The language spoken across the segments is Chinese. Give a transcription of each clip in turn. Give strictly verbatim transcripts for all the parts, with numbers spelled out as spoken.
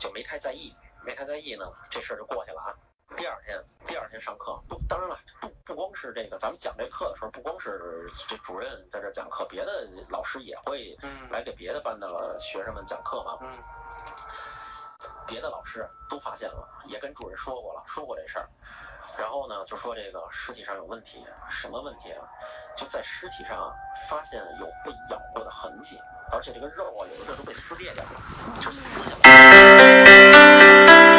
就没太在意，没太在意呢，这事儿就过去了啊。第二天，第二天上课，不，当然了，不不光是这个，咱们讲这课的时候，不光是这主任在这讲课，别的老师也会来给别的班的学生们讲课嘛。嗯，别的老师都发现了，也跟主任说过了，说过这事儿。然后呢，就说这个尸体上有问题，什么问题啊？就在尸体上发现有被咬过的痕迹，而且这个肉啊，有的地儿都被撕裂掉了，就撕下来。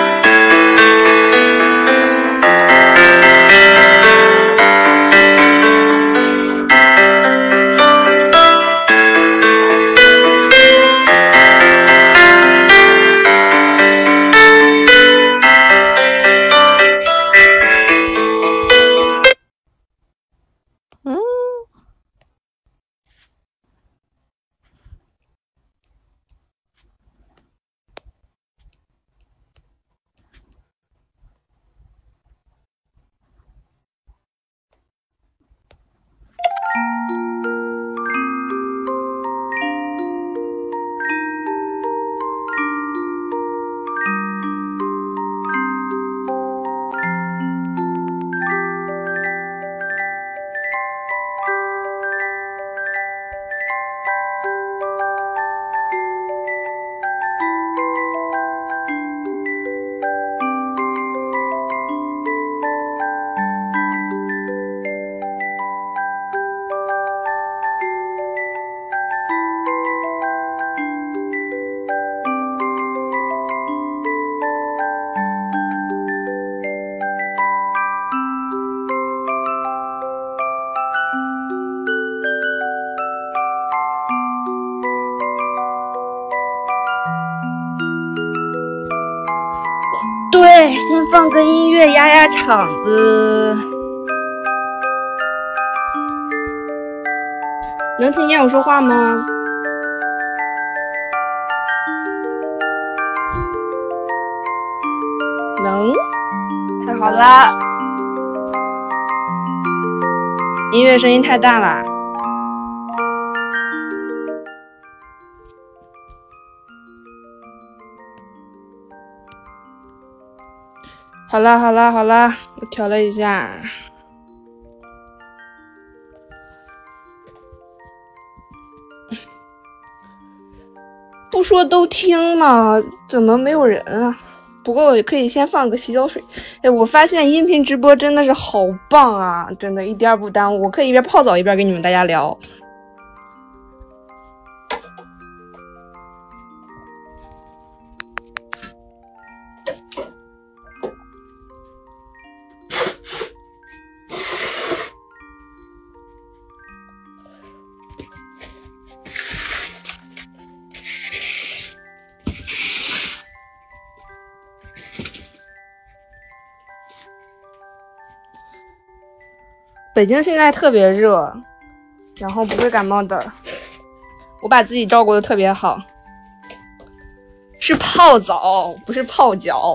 对，先放个音乐压压场子。能听见我说话吗？能，太好啦！音乐声音太大了。好啦好啦好啦，我调了一下。不说都听吗？怎么没有人啊？不过我可以先放个洗脚水。哎，我发现音频直播真的是好棒啊，真的一点不耽误。我可以一边泡澡一边跟你们大家聊。北京现在特别热，然后不会感冒的。我把自己照顾的特别好，是泡澡，不是泡脚。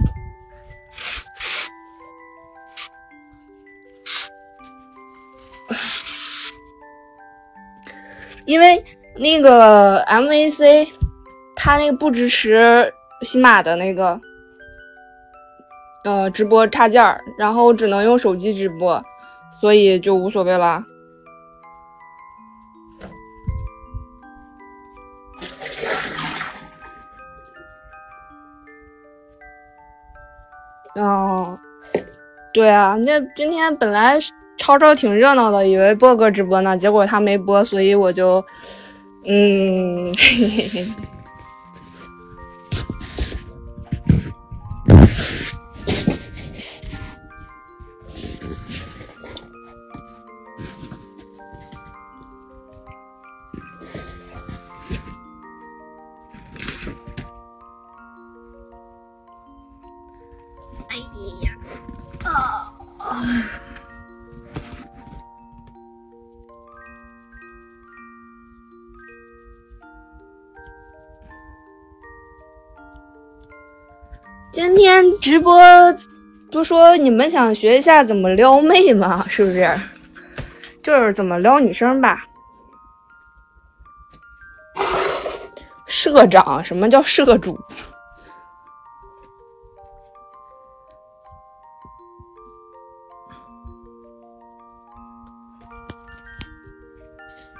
因为那个 M A C 它那个不支持喜马的那个呃直播插件，然后只能用手机直播，所以就无所谓了。哦，对啊，那今天本来超超挺热闹的，以为播个直播呢，结果他没播，所以我就嗯嘿嘿嘿。哎呀，啊啊！今天直播不说你们想学一下怎么撩妹吗？是不是？就是怎么撩女生吧。社长，什么叫社主？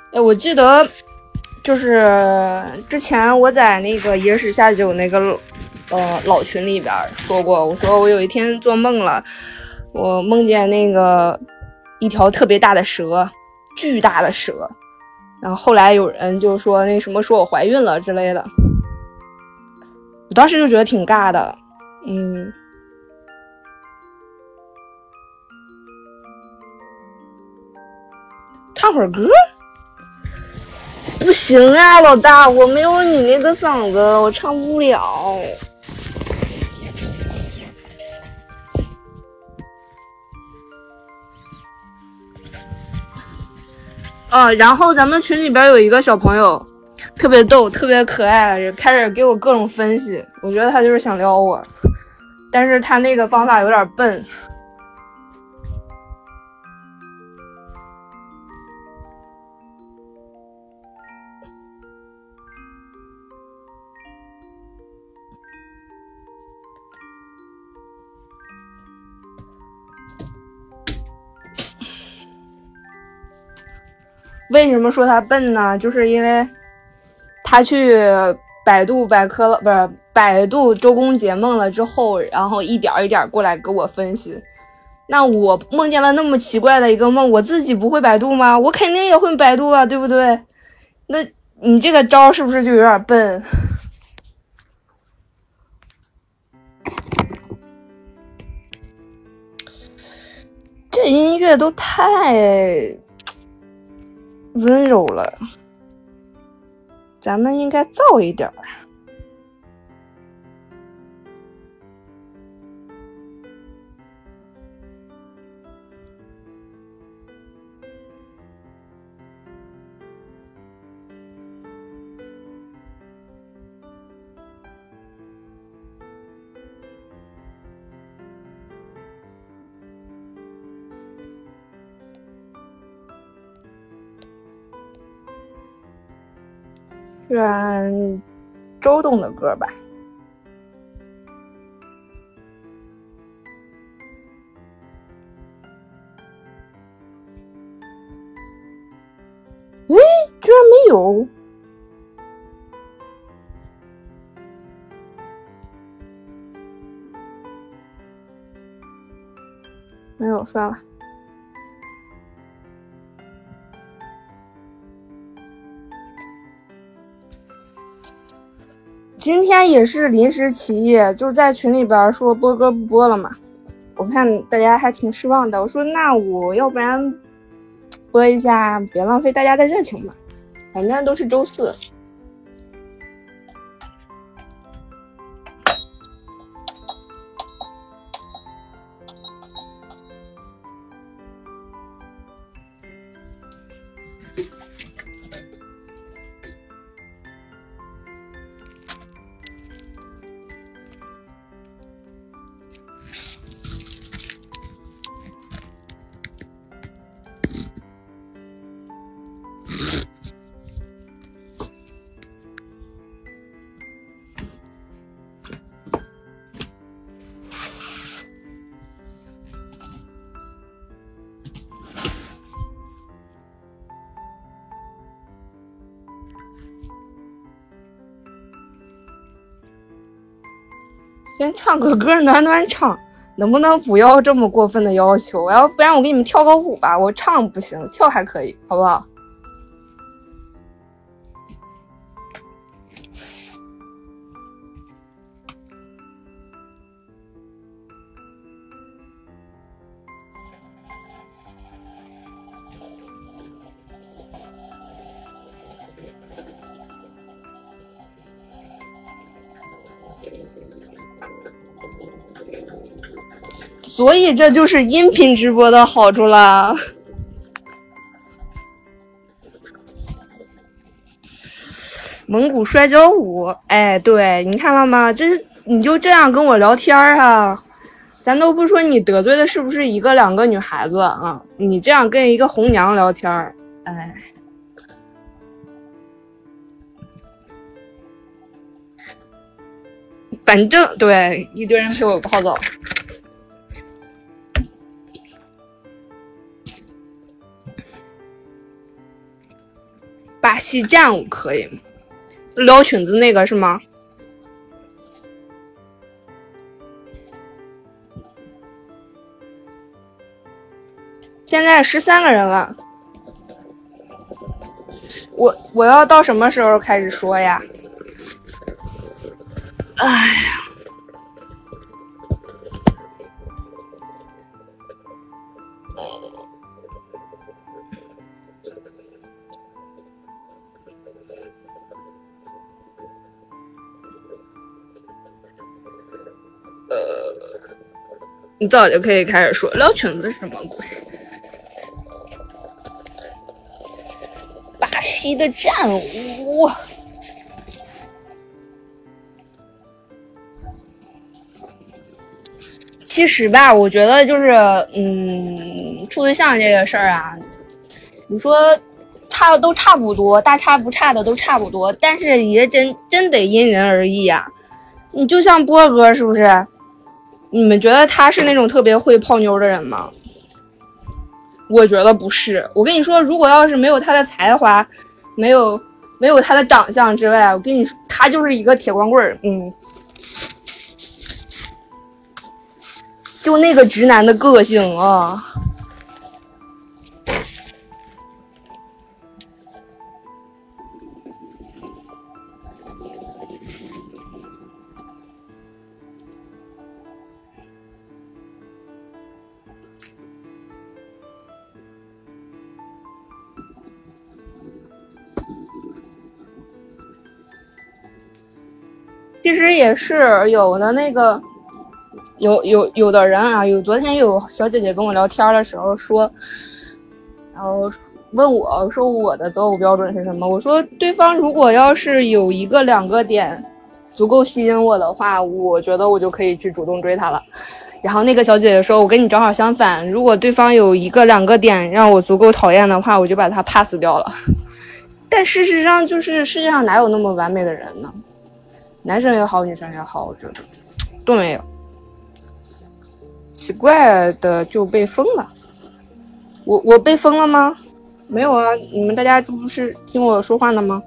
哎，我记得就是之前我在那个野史下酒那个呃老群里边说过，我说我有一天做梦了，我梦见那个一条特别大的蛇，巨大的蛇，然后后来有人就说那什么说我怀孕了之类的，我当时就觉得挺尬的，嗯。唱会儿歌？不行啊，老大，我没有你那个嗓子，我唱不了。啊，然后咱们群里边有一个小朋友，特别逗，特别可爱，开始给我各种分析，我觉得他就是想撩我，但是他那个方法有点笨。为什么说他笨呢？就是因为他去百度百科了，不是百度周公解梦了之后，然后一点一点过来给我分析。那我梦见了那么奇怪的一个梦，我自己不会百度吗？我肯定也会百度啊，对不对？那你这个招是不是就有点笨？这音乐都太温柔了，咱们应该燥一点儿。选周董的歌吧。喂，居然没有。没有，算了。今天也是临时起意，就是在群里边说播歌不播了嘛，我看大家还挺失望的，我说那我要不然播一下，别浪费大家的热情吧，反正都是周四。先唱个歌暖暖场，能不能不要这么过分的要求？要不然我给你们跳个舞吧，我唱不行，跳还可以，好不好？所以这就是音频直播的好处啦。蒙古摔跤舞，哎，对，你看了吗？这你就这样跟我聊天啊，咱都不说你得罪的是不是一个两个女孩子啊，你这样跟一个红娘聊天，哎，反正对一堆人陪我泡澡。 把戏战舞可以吗？撩裙子那个是吗？现在十三个人了，我我要到什么时候开始说呀？哎呀，呃，你早就可以开始说撩裙子是什么鬼？巴西的战舞。其实吧，我觉得就是，嗯，处对象这个事儿啊，你说差的都差不多，大差不差的都差不多，但是也真真得因人而异啊。你就像波哥，是不是？你们觉得他是那种特别会泡妞的人吗？我觉得不是。我跟你说，如果要是没有他的才华，没有没有他的长相之外，我跟你说，他就是一个铁光棍儿。嗯。就那个直男的个性啊，其实也是有的那个。有有有的人啊，有昨天有小姐姐跟我聊天的时候说，然后问我说我的择偶标准是什么？我说对方如果要是有一个两个点足够吸引我的话，我觉得我就可以去主动追他了。然后那个小姐姐说，我跟你正好相反，如果对方有一个两个点让我足够讨厌的话，我就把他 pass 掉了。但事实上就是世界上哪有那么完美的人呢？男生也好，女生也好，我觉得都没有。奇怪的就被封了，我我被封了吗？没有啊，你们大家这不是听我说话呢吗？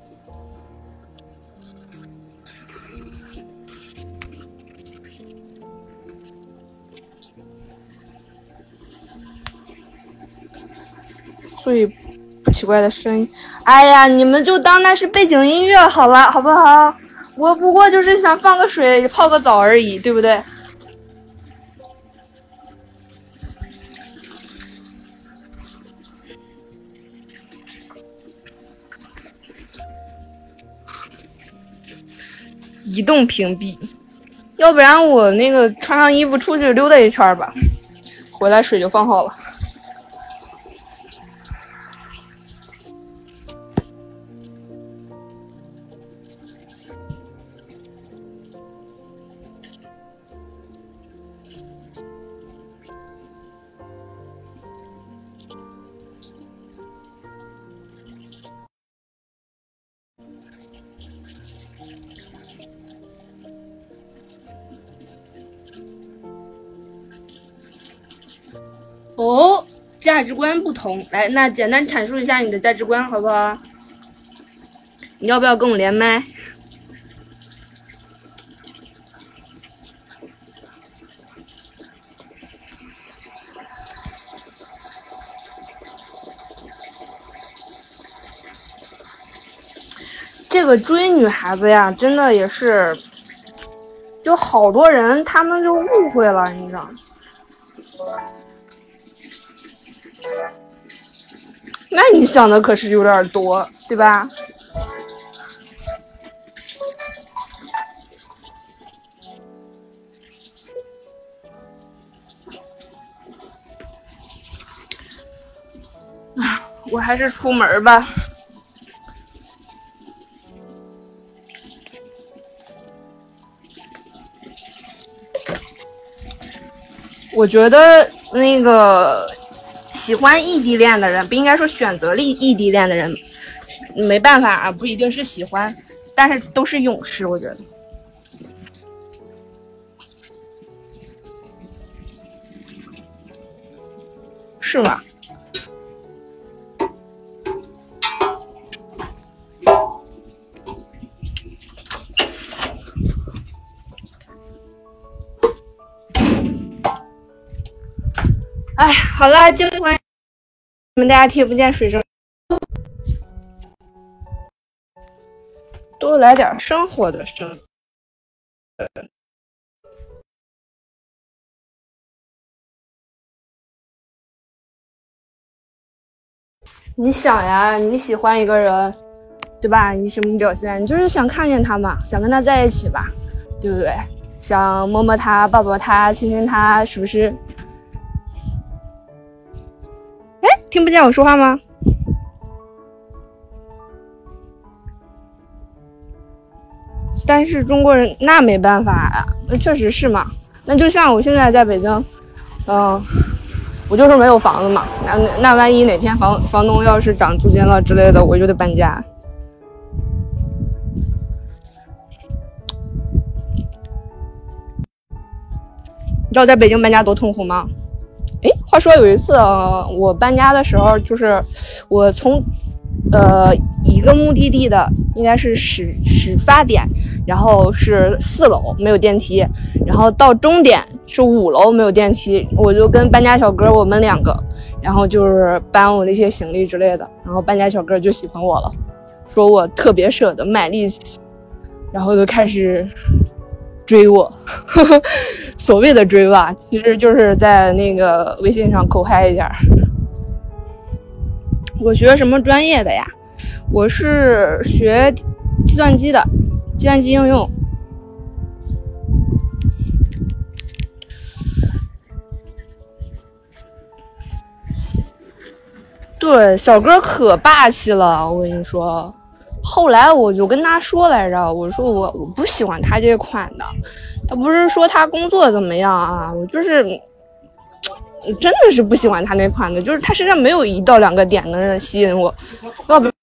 所以不奇怪的声音，哎呀，你们就当那是背景音乐好了，好不好？我不过就是想放个水，泡个澡而已，对不对？移动屏蔽，要不然我那个穿上衣服出去溜达一圈吧，回来水就放好了。哦，价值观不同，来，那简单阐述一下你的价值观，好不好？你要不要跟我连麦？这个追女孩子呀，真的也是，就好多人他们就误会了，你知道吗？那你想的可是有点多，对吧？我还是出门吧。我觉得那个喜欢异地恋的人，不应该说选择异异地恋的人，没办法啊，不一定是喜欢，但是都是勇士，我觉得。是吗？ 哎，好了，这回你们大家听不见水声，多来点生活的声。你想呀，你喜欢一个人，对吧？你什么表现？你就是想看见他嘛，想跟他在一起吧，对不对？想摸摸他，抱抱他，亲亲他，是不是？哎，听不见我说话吗？但是中国人那没办法呀，那确实是嘛。那就像我现在在北京，嗯、呃。我就是没有房子嘛，那那万一哪天房房东要是涨租金了之类的，我就得搬家。你知道在北京搬家多痛苦吗？哎，话说有一次、呃、我搬家的时候，就是我从呃一个目的地的应该是始始发点，然后是四楼没有电梯，然后到终点是五楼没有电梯，我就跟搬家小哥我们两个，然后就是搬我那些行李之类的，然后搬家小哥就喜欢我了，说我特别舍得卖力气，然后就开始追我呵呵，所谓的追吧，其实就是在那个微信上口嗨一下。我学什么专业的呀？我是学计算机的，计算机应用。对，小哥可霸气了，我跟你说。后来我就跟他说来着，我说我我不喜欢他这款的，他不是说他工作怎么样啊，我就是真的是不喜欢他那款的，就是他身上没有一到两个点能吸引我，要不。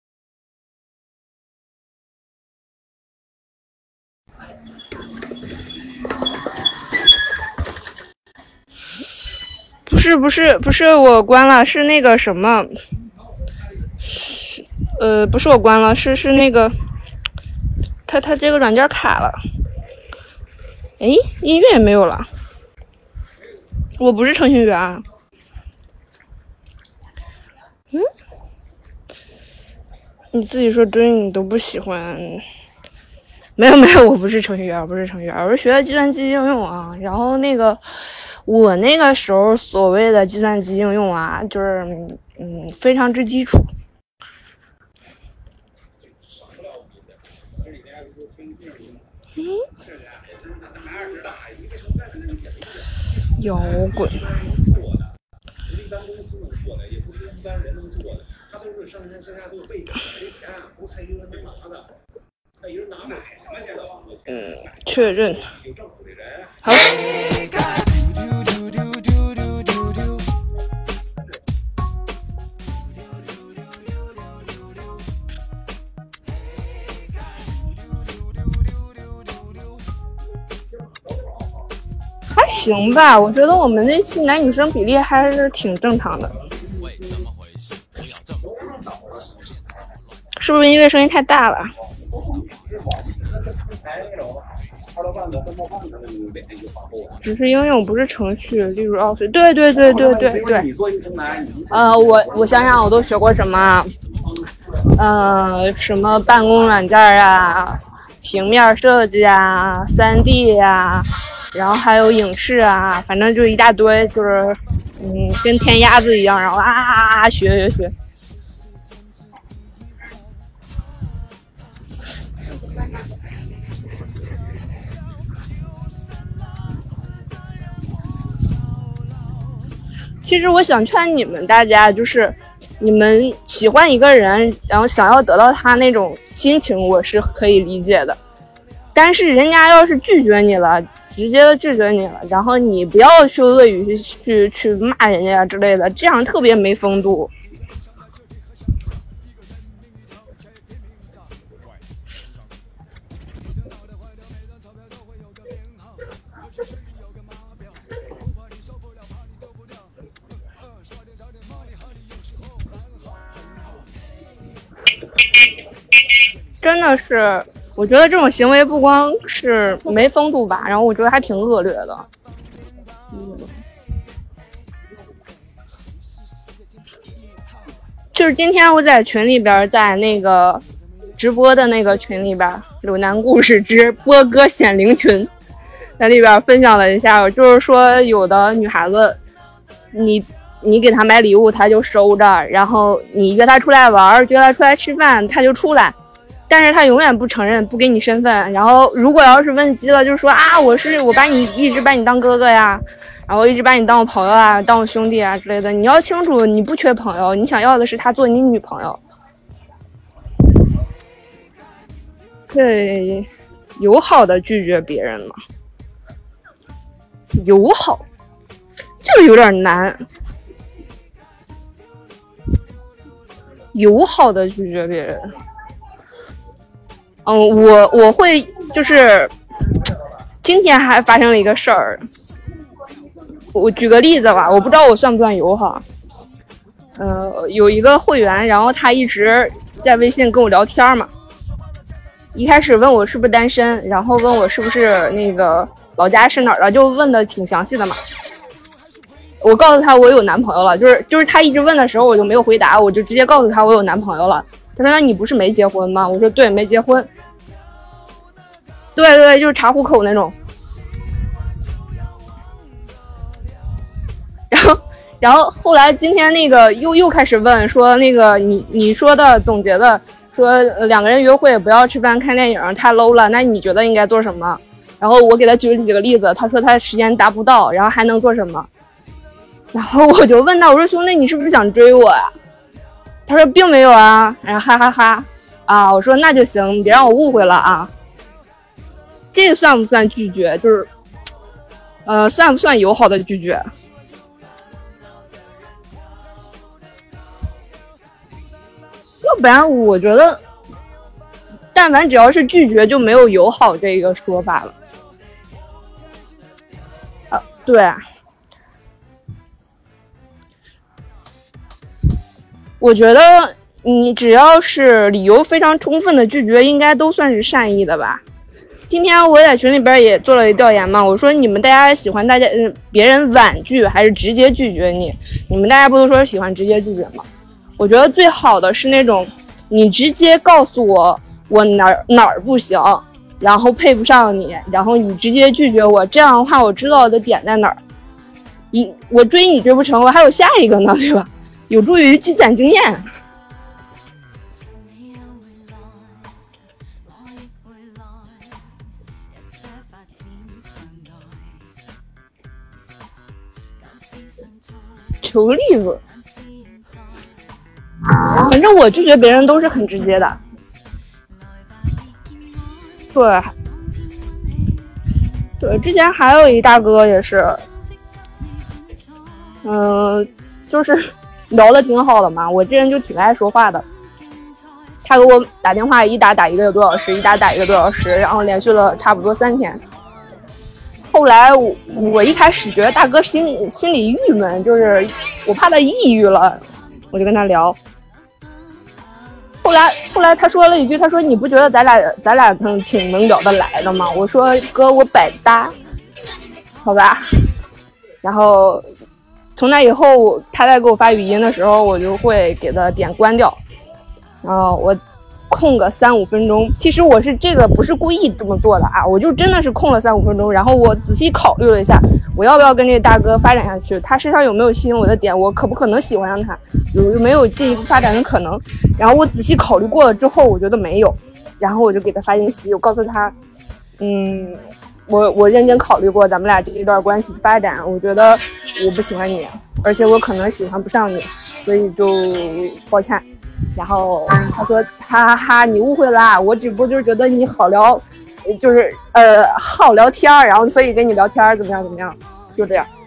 不是不是不是我关了，是那个什么，呃，不是我关了，是是那个，他他这个软件卡了，哎，音乐也没有了，我不是程序员啊，嗯，你自己说追你都不喜欢，没有没有，我不是程序员，我不是程序员，我是学的计算机应用啊，然后那个。我那个时候所谓的计算机应用啊，就是嗯非常之基础。嗯，摇滚。一般公司能做的，也不是一般人能做的，他都是上山下下都有背景的，这钱啊不是他一个人能拿的，他一人拿不了什么钱的。嗯，确认。有政府的人。好。还行吧，我觉得我们那期男女生比例还是挺正常的。是不是因为声音太大了？只是应用不是程序，例如奥飞。对对对对对对。呃，我我想想，我都学过什么？呃，什么办公软件啊，平面设计啊，三 D 啊，然后还有影视啊，反正就一大堆，就是嗯，跟填鸭子一样，然后啊啊啊学学学。其实我想劝你们大家，就是你们喜欢一个人，然后想要得到他那种心情，我是可以理解的。但是人家要是拒绝你了，直接的拒绝你了，然后你不要去恶语去去骂人家之类的，这样特别没风度。真的是，我觉得这种行为不光是没风度吧，然后我觉得还挺恶劣的。嗯， 就是今天我在群里边，在那个直播的那个群里边，柳南故事之波哥显灵群，在里边分享了一下，就是说有的女孩子，你你给她买礼物，她就收着，然后你约她出来玩，约她出来吃饭，她就出来，但是她永远不承认，不给你身份。然后如果要是问及了，就说啊，我是我把你一直把你当哥哥呀。然后一直把你当我朋友啊，当我兄弟啊之类的。你要清楚，你不缺朋友，你想要的是他做你女朋友。对，友好的拒绝别人嘛，友好，这个有点难。友好的拒绝别人，嗯，我我会就是今天还发生了一个事儿。我举个例子吧，我不知道我算不算友好。呃，有一个会员，然后他一直在微信跟我聊天嘛。一开始问我是不是单身，然后问我是不是那个老家是哪儿的，就问的挺详细的嘛。我告诉他我有男朋友了，就是就是他一直问的时候我就没有回答，我就直接告诉他我有男朋友了。他说那你不是没结婚吗？我说对，没结婚。对对，就是查户口那种。然后，然后后来今天那个又又开始问说那个你你说的总结的说两个人约会不要吃饭看电影太 low 了，那你觉得应该做什么？然后我给他举了几个例子，他说他时间达不到，然后还能做什么？然后我就问他，我说兄弟你是不是想追我呀？他说并没有啊，然后哈哈哈啊，我说那就行，你别让我误会了啊。这个算不算拒绝？就是呃算不算友好的拒绝？要不然我觉得但凡只要是拒绝就没有友好这个说法了。啊，对，我觉得你只要是理由非常充分的拒绝，应该都算是善意的吧。今天我在群里边也做了一调研嘛，我说你们大家喜欢大家、呃、别人婉拒还是直接拒绝你？你们大家不都说喜欢直接拒绝吗？我觉得最好的是那种你直接告诉我我哪儿哪儿不行，然后配不上你，然后你直接拒绝我，这样的话我知道我的点在哪儿。一我追你追不成，我还有下一个呢，对吧？有助于积攒经验。求例子，反正我拒绝别人都是很直接的。对，对，之前还有一大哥也是，嗯、呃，就是聊得挺好的嘛，我这人就挺爱说话的。他给我打电话，一打打一个多小时，一打打一个多小时，然后连续了差不多三天。后来我我一开始觉得大哥心心里郁闷，就是我怕他抑郁了，我就跟他聊。后来后来他说了一句，他说你不觉得咱俩咱俩挺挺能聊得来的吗？我说哥我百搭，好吧。然后从那以后他在给我发语音的时候，我就会给他点关掉，然后我空个三五分钟。其实我是这个不是故意这么做的啊，我就真的是空了三五分钟，然后我仔细考虑了一下，我要不要跟这个大哥发展下去，他身上有没有吸引我的点，我可不可能喜欢上他，有没有进一步发展的可能。然后我仔细考虑过了之后，我觉得没有，然后我就给他发信息，我告诉他嗯我我认真考虑过咱们俩这一段关系的发展，我觉得我不喜欢你，而且我可能喜欢不上你，所以就抱歉。然后他说哈哈哈你误会啦，我只不过就是觉得你好聊，就是呃好聊天，然后所以跟你聊天怎么样怎么样，就这样。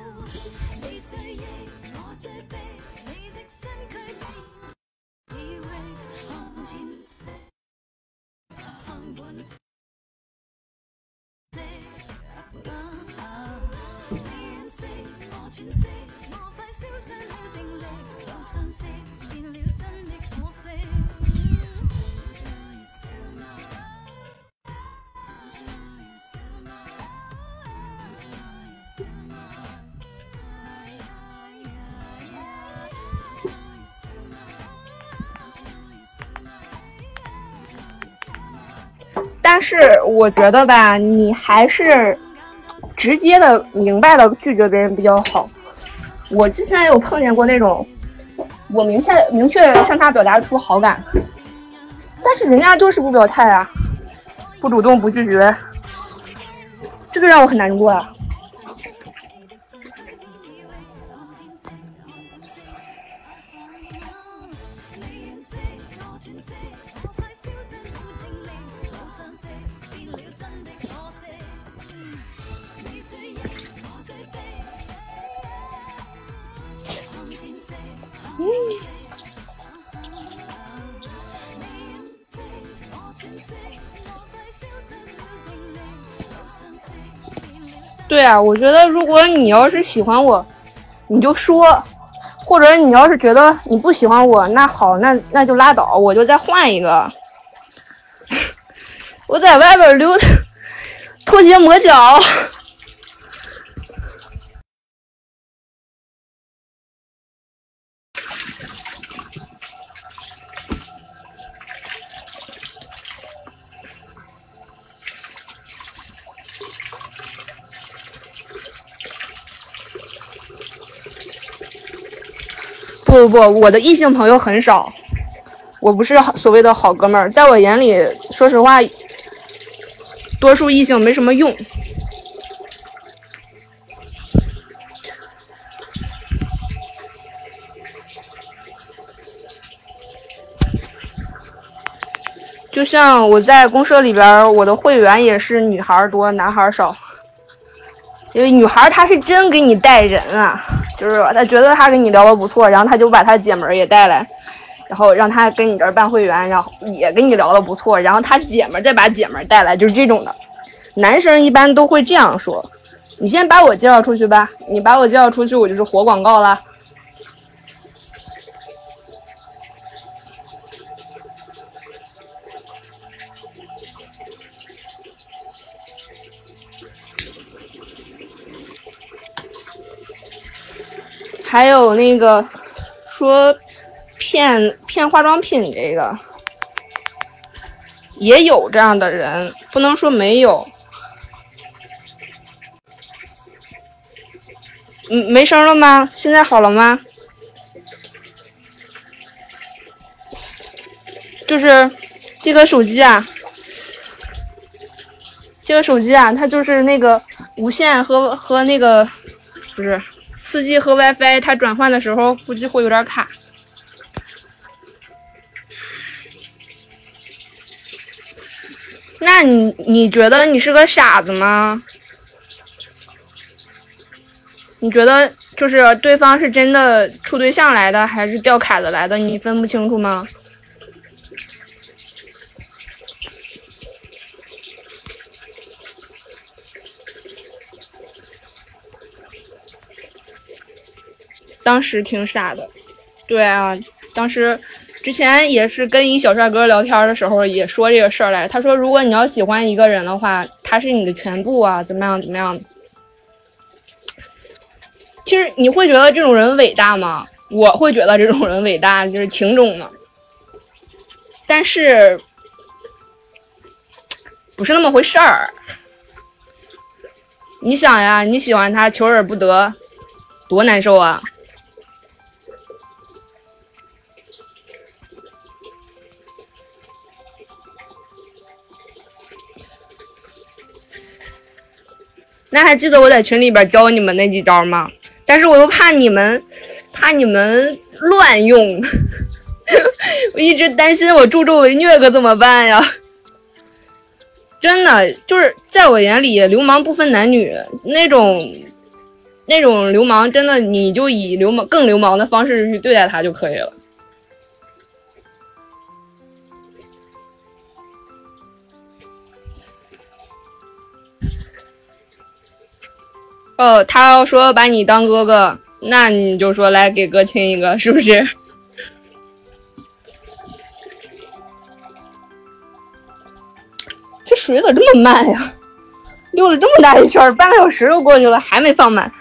但是我觉得吧，你还是直接的、明白的拒绝别人比较好。我之前有碰见过那种，我明确明确向他表达出好感，但是人家就是不表态啊，不主动不拒绝，这个让我很难过啊。嗯，对啊，我觉得如果你要是喜欢我，你就说，或者你要是觉得你不喜欢我，那好，那那就拉倒，我就再换一个。我在外边溜拖鞋磨脚。不不不，我的异性朋友很少，我不是所谓的好哥们儿，在我眼里，说实话，多数异性没什么用。就像我在公社里边，我的会员也是女孩多，男孩少。因为女孩她是真给你带人啊，就是她觉得她跟你聊得不错，然后她就把她姐们儿也带来，然后让她跟你这儿办会员，然后也跟你聊得不错，然后她姐们儿再把姐们儿带来，就是这种的。男生一般都会这样说：“你先把我介绍出去吧，你把我介绍出去，我就是活广告了。”还有那个说骗骗化妆品，这个也有这样的人，不能说没有。嗯，没声了吗？现在好了吗？就是这个手机啊，这个手机啊，它就是那个无线和和那个不是四 G 和 WiFi， 它转换的时候估计会有点卡。那你你觉得你是个傻子吗？你觉得就是对方是真的处对象来的，还是掉卡子来的？你分不清楚吗？当时挺傻的，对啊，当时之前也是跟一小帅哥聊天的时候也说这个事儿来，他说如果你要喜欢一个人的话，他是你的全部啊，怎么样怎么样。其实你会觉得这种人伟大吗？我会觉得这种人伟大，就是情种嘛。但是不是那么回事儿。你想呀，你喜欢他，求而不得，多难受啊！那还记得我在群里边教你们那几招吗？但是我又怕你们，怕你们乱用，我一直担心我助纣为虐可怎么办呀？真的就是在我眼里，流氓不分男女，那种那种流氓，真的你就以流氓更流氓的方式去对待他就可以了。哦，他要说把你当哥哥，那你就说来给哥亲一个，是不是？这水咋这么慢呀？溜了这么大一圈，半个小时都过去了，还没放满。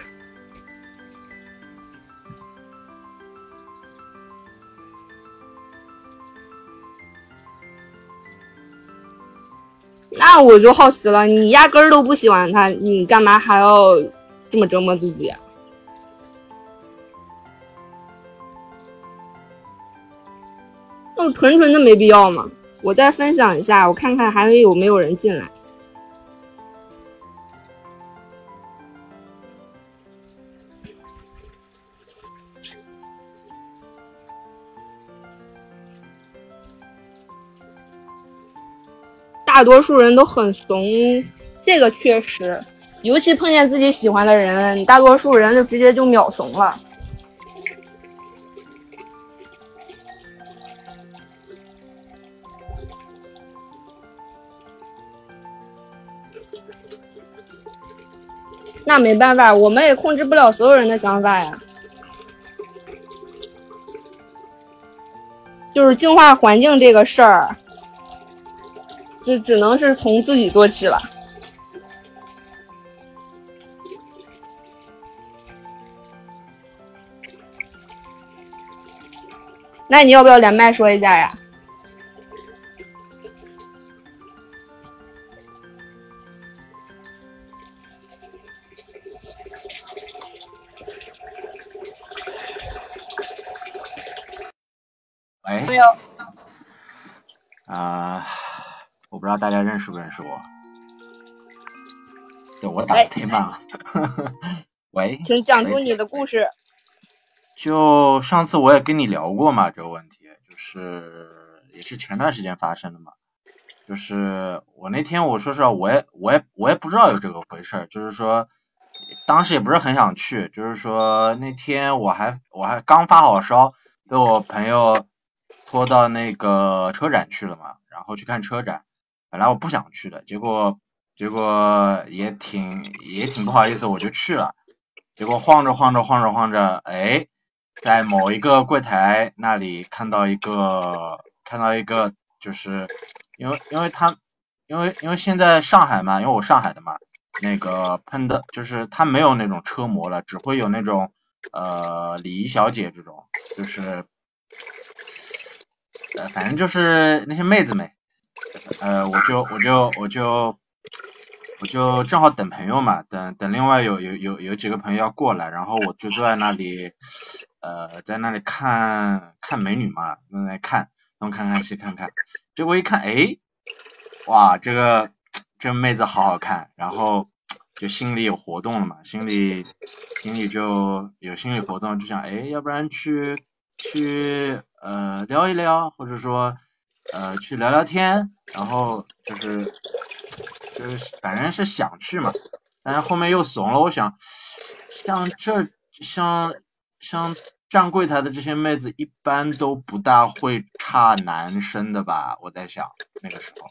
那那我就好奇了，你压根儿都不喜欢他，你干嘛还要这么折磨自己啊？那纯纯的没必要嘛。我再分享一下，我看看还有没有人进来。大多数人都很怂，这个确实，尤其碰见自己喜欢的人，大多数人就直接就秒怂了。那没办法，我们也控制不了所有人的想法呀。就是净化环境这个事儿，就只能是从自己做起了。那你要不要连麦说一下呀？ 喂， 没有。 啊、呃，我不知道大家认识不认识我。对，我打的忒慢了。喂， 请讲出你的故事。 就上次我也跟你聊过嘛，这个问题就是也是前段时间发生的嘛。就是我那天我说实话，我也我也我也不知道有这个回事，就是说当时也不是很想去，就是说那天我还我还刚发好烧，被我朋友拖到那个车展去了嘛，然后去看车展。本来我不想去的，结果结果也挺也挺不好意思，我就去了。结果晃着晃着晃着晃着，哎，在某一个柜台那里看到一个看到一个，就是因为因为他因为因为现在上海嘛，因为我上海的嘛，那个喷的就是他没有那种车模了，只会有那种呃礼仪小姐这种，就是呃反正就是那些妹子们，呃我就我就我就我就正好等朋友嘛，等等另外有有有有几个朋友要过来，然后我就坐在那里呃在那里看看美女嘛，在那里看东看看西看看，结果一看，哎，哇，这个这妹子好好看，然后就心里有活动了嘛，心里心里就有心理活动，就想，哎，要不然去去呃聊一聊，或者说呃去聊聊天，然后就是就是反正是想去嘛，但是后面又怂了，我想像这像像站柜台的这些妹子一般都不大会差男生的吧，我在想那个时候。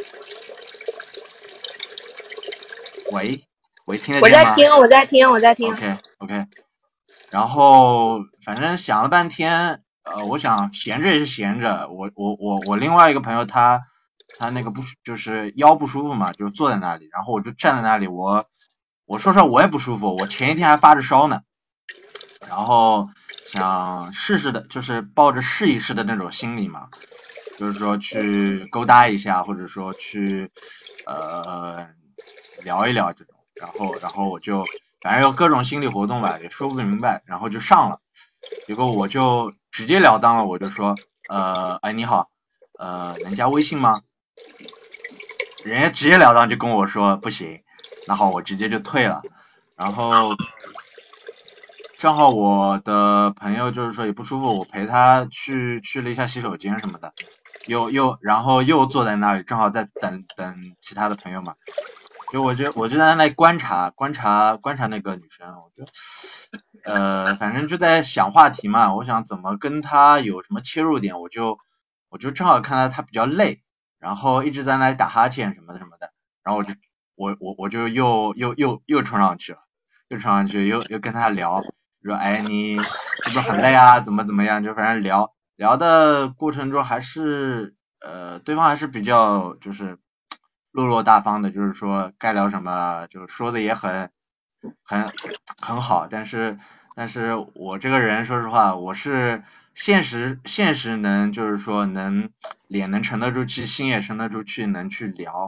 喂喂，听得见吗？ 我在听，我在听，我在听。 OK OK， 然后反正想了半天，呃，我想闲着也是闲着，我我我我另外一个朋友他他那个不就是腰不舒服嘛，就坐在那里，然后我就站在那里，我我说实话我也不舒服，我前一天还发着烧呢，然后想试试的，就是抱着试一试的那种心理嘛，就是说去勾搭一下，或者说去呃聊一聊这种，然后然后我就反正有各种心理活动吧，也说不明白，然后就上了，结果我就直截了当了，我就说呃哎你好，呃能加微信吗？人家直截了当就跟我说不行，那好我直接就退了，然后正好我的朋友就是说也不舒服，我陪他去去了一下洗手间什么的，又又然后又坐在那里，正好在等等其他的朋友嘛，就我就我就在那里观察观察观察那个女生，我就呃反正就在想话题嘛，我想怎么跟她有什么切入点，我就我就正好看到她比较累，然后一直在那里打哈欠什么的什么的，然后我就我我我就又又又又冲上去了，又冲上去又又跟她聊。说哎你是不是很累啊？怎么怎么样？就反正聊聊的过程中还是呃对方还是比较就是落落大方的，就是说该聊什么就说的也很很很好，但是但是我这个人说实话，我是现实现实能就是说能脸能沉得住气，心也沉得住气，能去聊，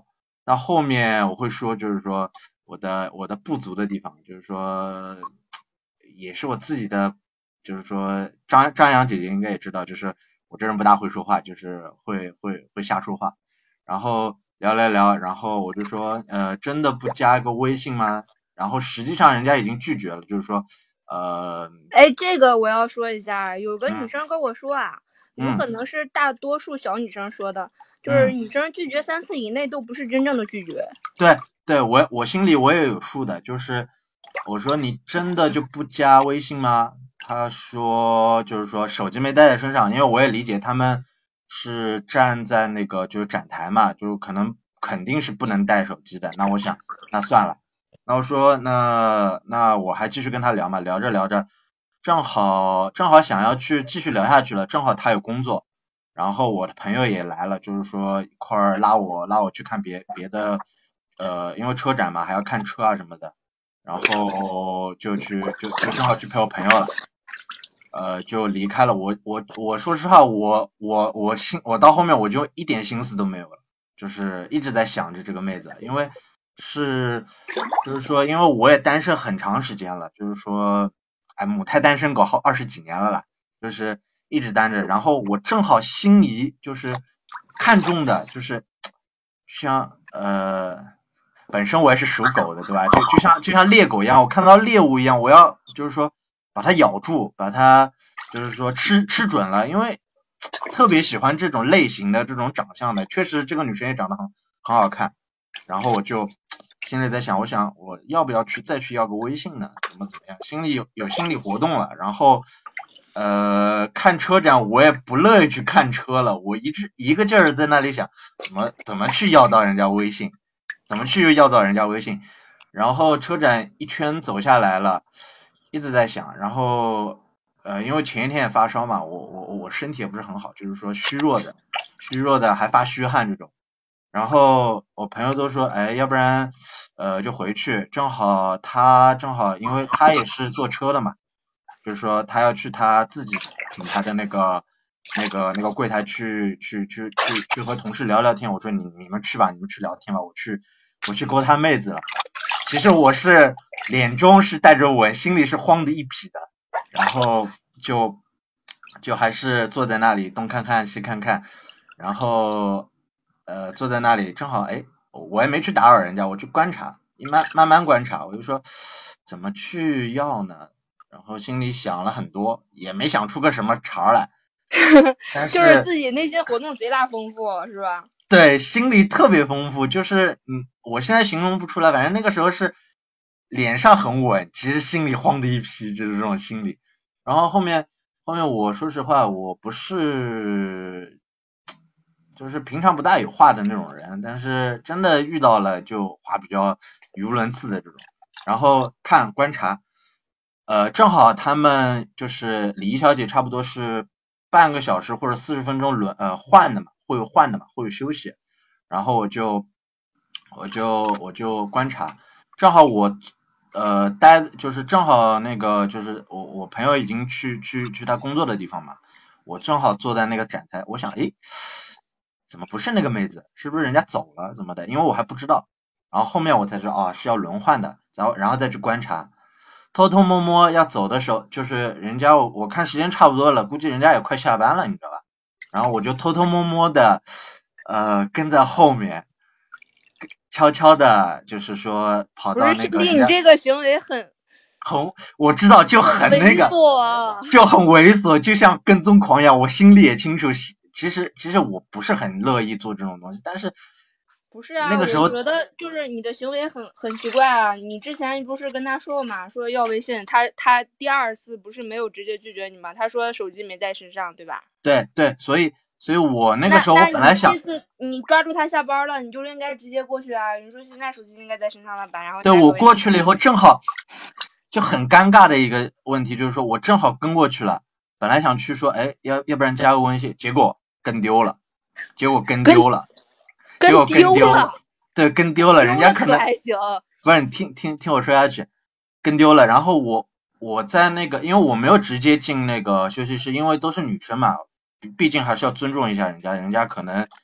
到后面我会说，就是说我的我的不足的地方，就是说也是我自己的，就是说张张扬姐姐应该也知道，就是我这人不大会说话，就是会会会瞎说话。然后聊聊聊，然后我就说，呃，真的不加个微信吗？然后实际上人家已经拒绝了，就是说，呃， 哎，这个我要说一下，有个女嗯生跟我说啊，有嗯可能是大多数小女生说的，就是嗯， 女生拒绝三次以内都不是真正的拒绝。 对对，我我心里我也有数的，就是我说你真的就不加微信吗？他说就是说手机没带在身上，因为我也理解他们是站在那个就是展台嘛，就可能肯定是不能带手机的。那我想那算了，那我说那那我还继续跟他聊嘛，聊着聊着，正好正好想要去继续聊下去了，正好他有工作，然后我的朋友也来了，就是说一块儿拉我拉我去看别别的，呃，因为车展嘛还要看车啊什么的，然后就去就就正好去陪我朋友了。呃，就离开了。我我我说实话，我我我心我到后面我就一点心思都没有了，就是一直在想着这个妹子，因为是就是说，因为我也单身很长时间了，就是说，哎，母胎单身狗好二十几年了啦，就是一直单着。然后我正好心仪，就是看中的就是像呃，本身我也是属狗的，对吧？就就像就像猎狗一样，我看到猎物一样，我要就是说。把它咬住，把它就是说吃吃准了，因为特别喜欢这种类型的这种长相的，确实这个女生也长得很很好看，然后我就现在在想，我想我要不要去再去要个微信呢？怎么怎么样？心里有有心理活动了，然后呃看车展我也不乐意去看车了，我一直一个劲儿在那里想怎么怎么去要到人家微信，怎么去要到人家微信，然后车展一圈走下来了。一直在想，然后呃，因为前一天也发烧嘛，我我我身体也不是很好，就是说虚弱的，虚弱的还发虚汗这种。然后我朋友都说，哎，要不然呃就回去，正好他正好，因为他也是坐车的嘛，就是说他要去他自己品牌的那个那个那个柜台去去去去去和同事聊聊天。我说你你们去吧，你们去聊天吧，我去我去勾他妹子了。其实我是脸中是带着吻，心里是慌的一匹的，然后就就还是坐在那里东看看西看看，然后呃坐在那里正好哎我也没去打扰人家，我去观察，慢慢慢观察，我就说怎么去要呢？然后心里想了很多，也没想出个什么茬来，但是就是自己内心活动贼拉丰富，是吧？ 对，心里特别丰富，就是嗯，我现在形容不出来，反正那个时候是脸上很稳，其实心里慌的一批，就是这种心理。然后后面后面我说实话，我不是就是平常不大有话的那种人，但是真的遇到了就话比较语无伦次的这种。然后看观察，呃，正好他们就是礼仪小姐差不多是半个小时或者四十分钟轮呃换的嘛。会有换的嘛，会有休息，然后我就我就我就观察，正好我呃待就是正好那个就是我我朋友已经去去去他工作的地方嘛，我正好坐在那个展台，我想诶怎么不是那个妹子，是不是人家走了怎么的？因为我还不知道，然后后面我才知道啊是要轮换的，然后然后再去观察，偷偷摸摸要走的时候，就是人家我我看时间差不多了，估计人家也快下班了，你知道吧？然后我就偷偷摸摸的，呃，跟在后面，悄悄的，就是说跑到那个不是，兄弟，你这个行为很很，我知道就很那个， 猥琐就很猥琐，就像跟踪狂一样。我心里也清楚，其实其实我不是很乐意做这种东西，但是不是啊， 那个时候我觉得就是你的行为很很奇怪啊。你之前不是跟他说嘛，说要微信，他他第二次不是没有直接拒绝你吗？他说手机没在身上，对吧？ 对对，所以所以我那个时候我本来想， 这次你抓住他下班了，你就应该直接过去啊。你说现在手机应该在身上了吧？然后对我过去了以后，正好就很尴尬的一个问题就是说我正好跟过去了，本来想去说哎要要不然加个微信，结果跟丢了，结果跟丢了。结果跟丢了，对，跟丢了，人家可能还行， 不是你听听听我说下去，跟丢了。然后我我在那个，因为我没有直接进那个休息室，因为都是女生嘛，毕竟还是要尊重一下人家，人家可能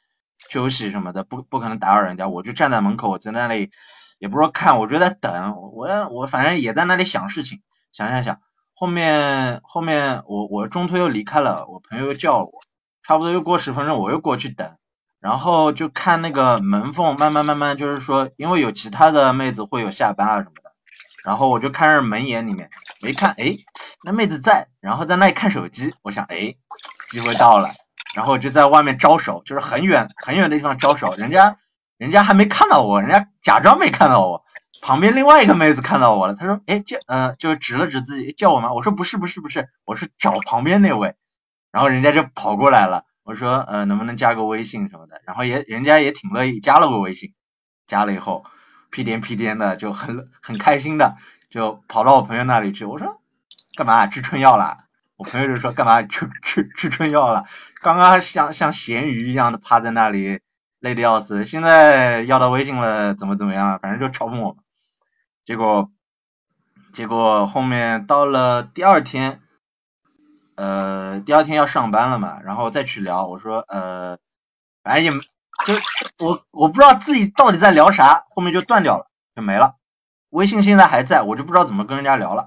休息什么的，不不可能打扰人家，我就站在门口，我在那里也不是说看，我就在等，我我反正也在那里想事情，想想想，后面后面我我中途又离开了，我朋友又叫了我，差不多又过十分钟，我又过去等，然后就看那个门缝慢慢慢慢就是说，因为有其他的妹子会有下班啊什么的，然后我就看着门眼里面，我一看，诶，那妹子在，然后在那里看手机，我想，诶，机会到了，然后我就在外面招手，就是很远很远的地方招手，人家人家还没看到我，人家假装没看到我，旁边另外一个妹子看到我了，她说，诶，叫呃，就指了指自己，叫我吗？我说不是不是不是，我是找旁边那位，然后人家就跑过来了，我说呃能不能加个微信什么的，然后也人家也挺乐意，加了个微信，加了以后屁颠屁颠的就很很开心的就跑到我朋友那里去，我说干嘛吃春药啦？我朋友就说干嘛吃吃吃春药了？刚刚像像咸鱼一样的趴在那里累得要死，现在要到微信了怎么怎么样，反正就嘲讽我。结果结果后面到了第二天，呃第二天要上班了嘛，然后再去聊，我说呃反正也就我我不知道自己到底在聊啥，后面就断掉了，就没了。微信现在还在，我就不知道怎么跟人家聊了。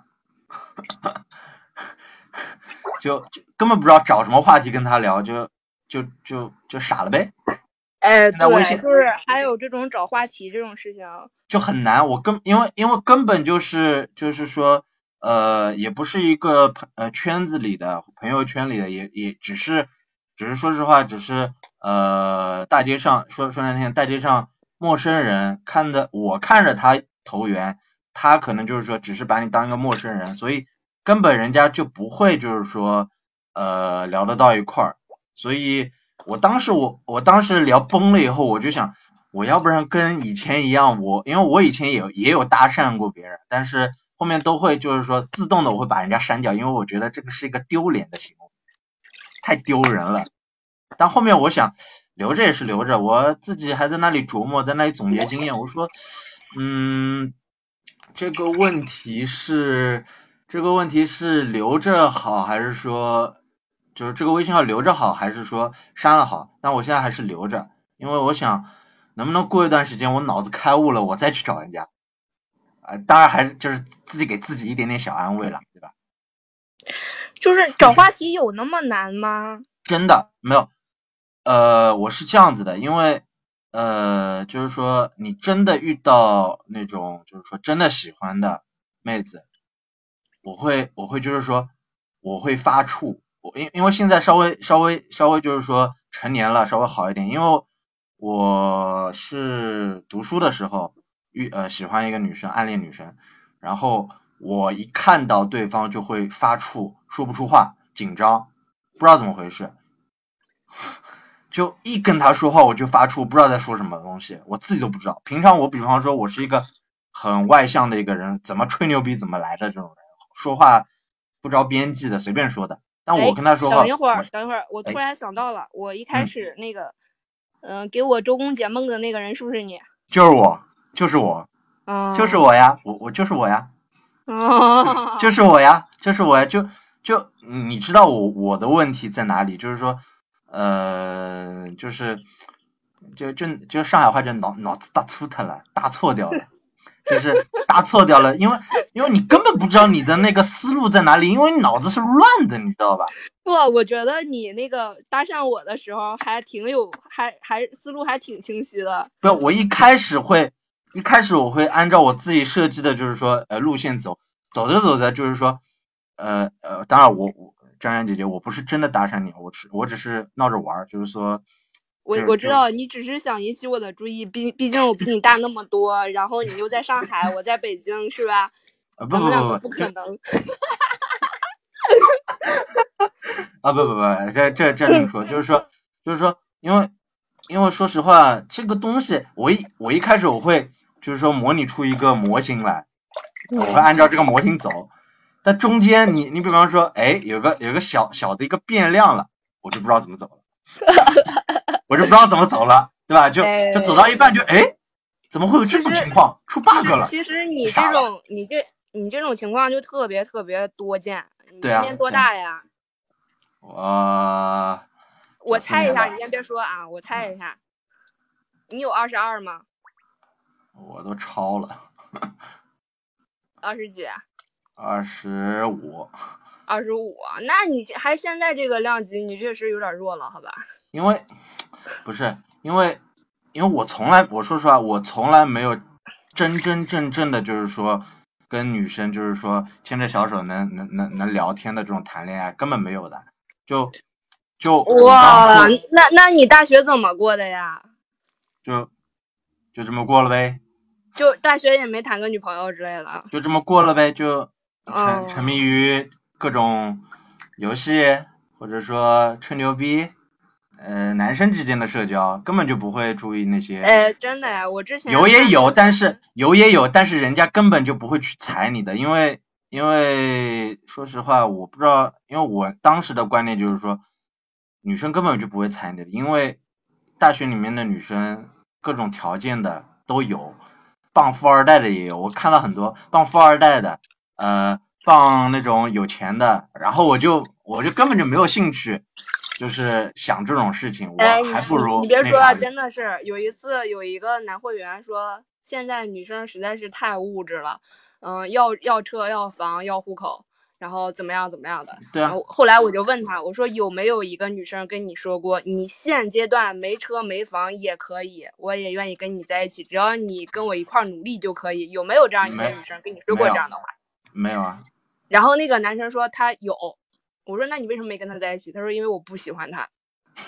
就就根本不知道找什么话题跟他聊，就就就就傻了呗。 哎，对， 现在微信就是还有这种找话题这种事情， 就很难。我根因为因为根本就是就是说呃也不是一个朋呃圈子里的朋友圈里的，也也只是只是说实话，只是呃大街上说说难听，大街上陌生人看的，我看着他投缘，他可能就是说只是把你当一个陌生人，所以根本人家就不会就是说呃聊得到一块儿。所以我当时我我当时聊崩了以后，我就想我要不然跟以前一样，我因为我以前也有也有搭讪过别人，但是后面都会就是说自动的我会把人家删掉，因为我觉得这个是一个丢脸的行为，太丢人了。但后面我想留着也是留着，我自己还在那里琢磨，在那里总结经验，我说嗯这个问题是这个问题是留着好，还是说就是这个微信号留着好，还是说删了好？但我现在还是留着，因为我想能不能过一段时间我脑子开悟了，我再去找人家。呃，当然还是就是自己给自己一点点小安慰了，对吧？ 就是找话题有那么难吗？ 真的没有，呃，我是这样子的，因为呃，就是说你真的遇到那种就是说真的喜欢的妹子，我会我会就是说我会发怵，我因因为现在稍微稍微稍微就是说成年了，稍微好一点，因为我是读书的时候遇呃喜欢一个女生，暗恋女生，然后我一看到对方就会发怵，说不出话，紧张，不知道怎么回事，就一跟他说话我就发怵，不知道在说什么东西，我自己都不知道。平常我比方说我是一个很外向的一个人，怎么吹牛逼怎么来的这种人，说话不着边际的随便说的。但我跟他说话， 等一会儿，等一会儿，我突然想到了，我一开始那个，嗯、呃，给我周公解梦的那个人是不是你？ 就是我，就是我， 哦、 就是我呀，我我就是我呀， 哦， 就是我呀，就是我呀，就就你知道我我的问题在哪里？就是说，呃，就是就就就上海话就脑脑子打粗他了，打错掉了。就是打错掉了，因为因为你根本不知道你的那个思路在哪里，因为你脑子是乱的，你知道吧？ 不，我觉得你那个搭讪我的时候还挺有，还还思路还挺清晰的。 不，我一开始会，一开始我会按照我自己设计的，就是说呃路线走，走着走着就是说，呃呃，当然我我张妍姐姐，我不是真的搭讪你，我只我只是闹着玩，就是说。 我我知道你只是想引起我的注意，毕毕竟我比你大那么多，然后你又在上海，我在北京，是吧？ 呃、不不不不可能。 啊不不不，这这这另说，就是说就是说，因为因为说实话，这个东西我一我一开始我会就是说模拟出一个模型来，我会按照这个模型走，但中间你你比方说，哎，有个有个小小的一个变量了，我就不知道怎么走了。我就不知道怎么走了，对吧？就就走到一半就哎，怎么会有这种情况？出 bug 了。 其实你这种你这你这种情况就特别特别多见。你今年多大呀？ 我我猜一下，你先别说啊，我猜一下。 你有二十二吗？ 我都超了。 二十几？ 二十五。 二十五，那你还现在这个量级，你确实有点弱了，好吧？ 因为不是因为因为我从来我说实话，我从来没有真真正正的就是说跟女生就是说牵着小手能能能能聊天的这种谈恋爱，根本没有的。就就哇，那那你大学怎么过的呀？ 就就这么过了呗。 就大学也没谈个女朋友之类的。 就这么过了呗，就沉、 哦、 沉迷于各种游戏，或者说吹牛逼。呃，男生之间的社交根本就不会注意那些。 哎，真的呀，我之前有也有，但是有也有，但是人家根本就不会去踩你的，因为因为说实话，我不知道，因为我当时的观念就是说，女生根本就不会踩你的，因为大学里面的女生各种条件的都有，傍富二代的也有，我看了很多傍富二代的，呃，傍那种有钱的，然后我就我就根本就没有兴趣。就是想这种事情，我还不如、 哎、你, 你别说了，真的是有一次有一个男会员说，现在女生实在是太物质了，嗯，要要车要房要户口，然后怎么样怎么样的。 对啊。 后来我就问他，我说有没有一个女生跟你说过，你现阶段没车没房也可以，我也愿意跟你在一起，只要你跟我一块努力就可以？有没有这样一个女生跟你说过这样的话？ 没有啊。 然后那个男生说他有。我说那你为什么没跟他在一起？他说因为我不喜欢他。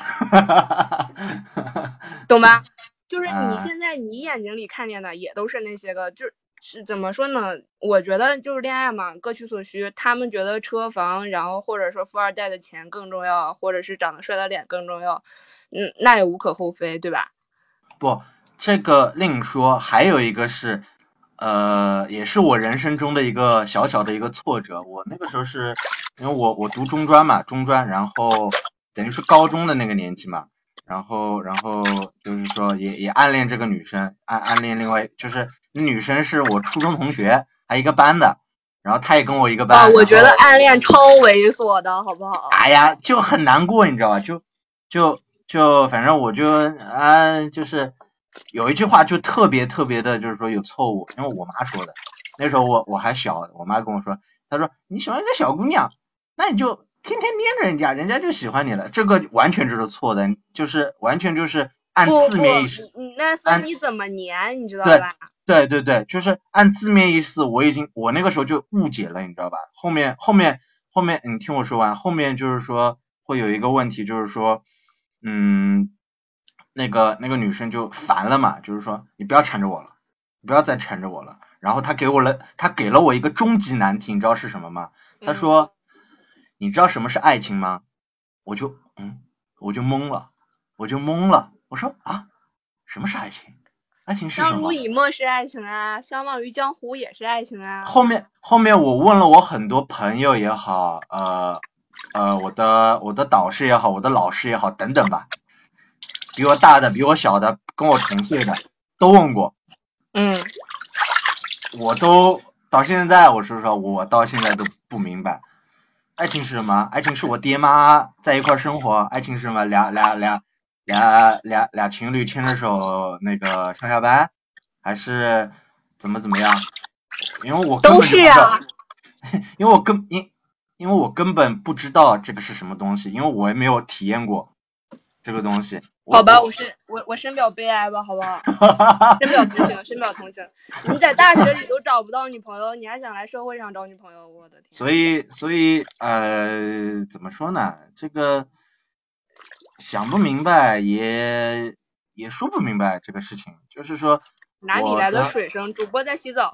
懂吧？就是你现在你眼睛里看见的也都是那些个，就是怎么说呢？我觉得就是恋爱嘛，各取所需。他们觉得车房，然后或者说富二代的钱更重要，或者是长得帅的脸更重要，嗯，那也无可厚非，对吧？ 不，这个另说。还有一个是。呃，也是我人生中的一个小小的一个挫折。我那个时候是因为我我读中专嘛，中专，然后等于是高中的那个年纪嘛，然后然后就是说也也暗恋这个女生，暗暗恋另外就是那女生是我初中同学，还一个班的，然后她也跟我一个班。 哦，我觉得暗恋超猥琐的，好不好？ 哎呀，就很难过，你知道吧？就就就反正我就啊，就是。有一句话就特别特别的，就是说有错误，因为我妈说的。那时候我我还小，我妈跟我说，她说你喜欢一个小姑娘，那你就天天黏着人家，人家就喜欢你了。这个完全就是错的，就是完全就是按字面意思。 不不，你那分你怎么黏，你知道吧？ 对对对，就是按字面意思，我已经我那个时候就误解了，你知道吧？后面后面后面，你听我说完，后面就是说会有一个问题，就是说，嗯。那个那个女生就烦了嘛，就是说你不要缠着我了，不要再缠着我了。然后她给我了，她给了我一个终极难题，你知道是什么吗？她说，嗯、你知道什么是爱情吗？我就嗯，我就懵了，我就懵了。我说啊，什么是爱情？爱情是什么？ 相濡以沫是爱情啊，相忘于江湖也是爱情啊。 后面后面我问了我很多朋友也好，呃呃，我的我的导师也好，我的老师也好，等等吧。比我大的，比我小的，跟我同岁的，都问过。 嗯， 我都到现在，我说实话，我到现在都不明白，爱情是什么？爱情是我爹妈在一块生活，爱情是什么？俩俩俩俩俩俩情侣牵着手那个上下班，还是怎么怎么样？因为我根本就不知道，都是啊，因为我根因因为我根本不知道这个是什么东西，因为我也没有体验过这个东西。 好吧，我是我我深表悲哀吧，好不好？深表同情，深表同情。你在大学里都找不到女朋友，你还想来社会上找女朋友？我的天！ 所以所以呃，怎么说呢？这个想不明白，也也说不明白这个事情，就是说。 哪里来的水声？主播在洗澡。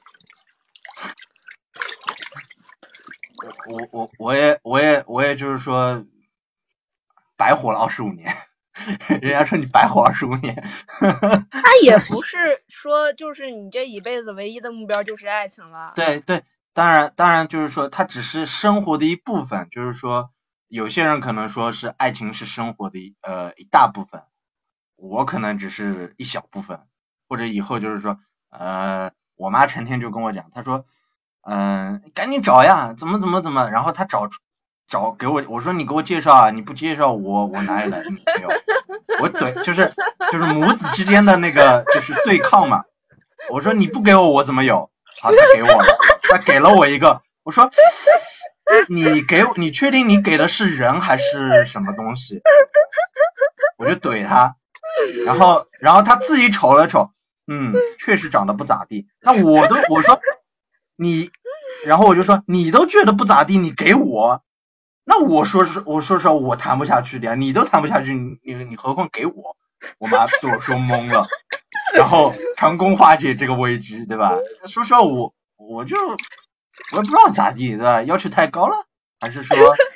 我我我也我也我也就是说，白活了二十五年。人家说你白活二十五年。 他也不是说就是你这一辈子唯一的目标就是爱情了。 对对，当然当然就是说，它只是生活的一部分。就是说，有些人可能说是爱情是生活的一呃一大部分，我可能只是一小部分。或者以后就是说，呃，我妈成天就跟我讲，她说，嗯、呃，赶紧找呀，怎么怎么怎么，然后她找出找给我，我说你给我介绍啊，你不介绍我我哪里来的女朋友？我怼就是就是母子之间的那个就是对抗嘛。我说你不给我我怎么有？好，他给我了，他给了我一个，我说你给我，你确定你给的是人还是什么东西？我就怼他，然后然后他自己瞅了瞅，嗯，确实长得不咋地。那我都我说你，然后我就说你都觉得不咋地，你给我，那我说是我说实话我谈不下去的呀，你都谈不下去，你你你何况给我？我妈被我说懵了，然后成功化解这个危机，对吧？说实话我我就我也不知道咋地，对吧？要求太高了，还是说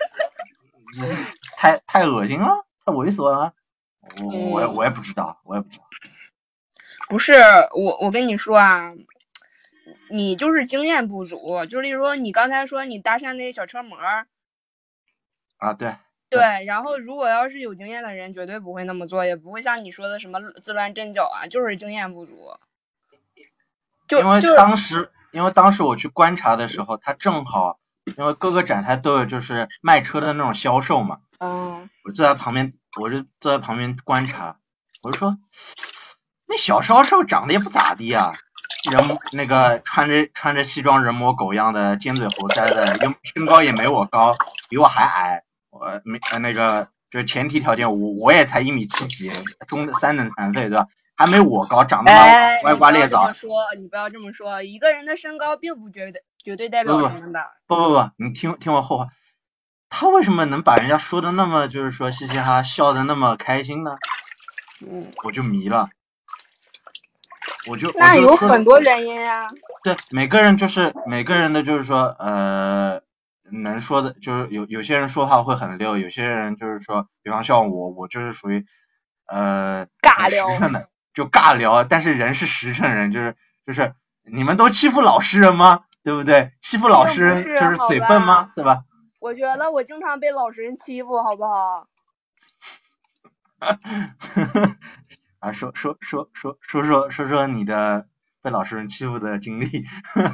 太太恶心了，太猥琐了？我我也我也不知道，我也不知道。 不是我，我跟你说啊，你就是经验不足。就例如说，你刚才说你搭讪那小车模啊，对对，然后如果要是有经验的人，绝对不会那么做，也不会像你说的什么自乱阵脚啊，就是经验不足。就因为当时，因为当时我去观察的时候，他正好，因为各个展台都有就是卖车的那种销售嘛， 嗯， 我坐在旁边，我就坐在旁边观察，我就说，那小销售长得也不咋地啊，人那个穿着穿着西装人模狗样的，尖嘴猴腮的，又身高也没我高，比我还矮，我没那个就是前提条件，我我也才一米七几，中三等残废，对吧？还没我高，长得哎， 歪瓜裂枣。 你不要这么说，你不要这么说，一个人的身高并不绝对绝对代表什么的。 不不不不，你听听我后话，他为什么能把人家说的那么就是说嘻嘻哈哈笑的那么开心呢？ 嗯， 我就迷了。我就那有很多原因啊。 对，每个人就是每个人的就是说呃能说的，就是有有些人说话会很溜，有些人就是说，比方像我，我就是属于呃尬聊， 实诚的，就尬聊，但是人是实诚人，就是就是你们都欺负老实人吗？对不对？欺负老实人就是嘴笨吗？对吧？ 我觉得我经常被老实人欺负，好不好？ 啊，说说说说说说说说你的被老实人欺负的经历。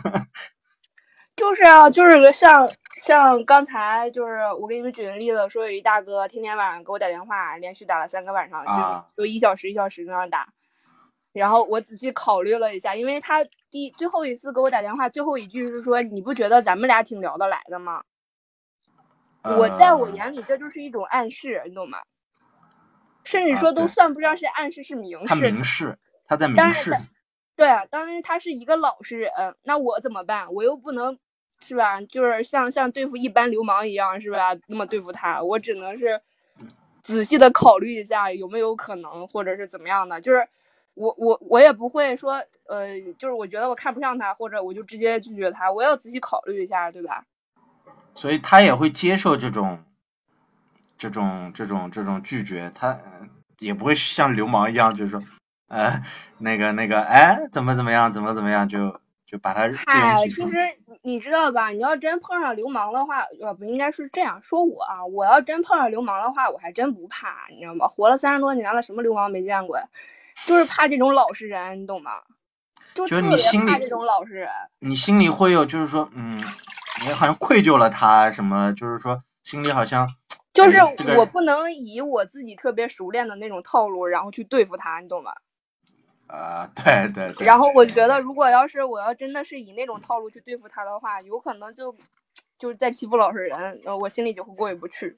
就是啊，就是像像刚才就是我给你们举个例子，说有一大哥天天晚上给我打电话，连续打了三个晚上， 啊、 就就一小时一小时那样打。然后我仔细考虑了一下，因为他第最后一次给我打电话，最后一句是说你不觉得咱们俩挺聊得来的吗？ 呃、 我在我眼里这就是一种暗示，你懂吗？甚至说都算不上是暗示，是明示。 他明示，他在明示。 对啊，当然他是一个老实人，那我怎么办？我又不能是吧？就是像像对付一般流氓一样，是吧？那么对付他，我只能是仔细的考虑一下有没有可能，或者是怎么样的。就是我我我也不会说，呃，就是我觉得我看不上他，或者我就直接拒绝他，我要仔细考虑一下，对吧？ 所以他也会接受这种这种这种这种拒绝，他也不会像流氓一样，就是说。呃，那个那个，哎，怎么怎么样，怎么怎么样，就就把他自圆其说。 其实你知道吧？你要真碰上流氓的话，呃，不应该是这样说我啊。我要真碰上流氓的话，我还真不怕，你知道吗？活了三十多年了，什么流氓没见过呀？就是怕这种老实人，你懂吗？就特别怕这种老实人。 你心里会有，就是说，嗯，你好像愧疚了他什么，就是说心里好像。 就是我不能以我自己特别熟练的那种套路，然后去对付他，你懂吗？ 啊、呃，对对对。 然后我觉得，如果要是我要真的是以那种套路去对付他的话，有可能就就是在欺负老实人，我心里就会过意不去。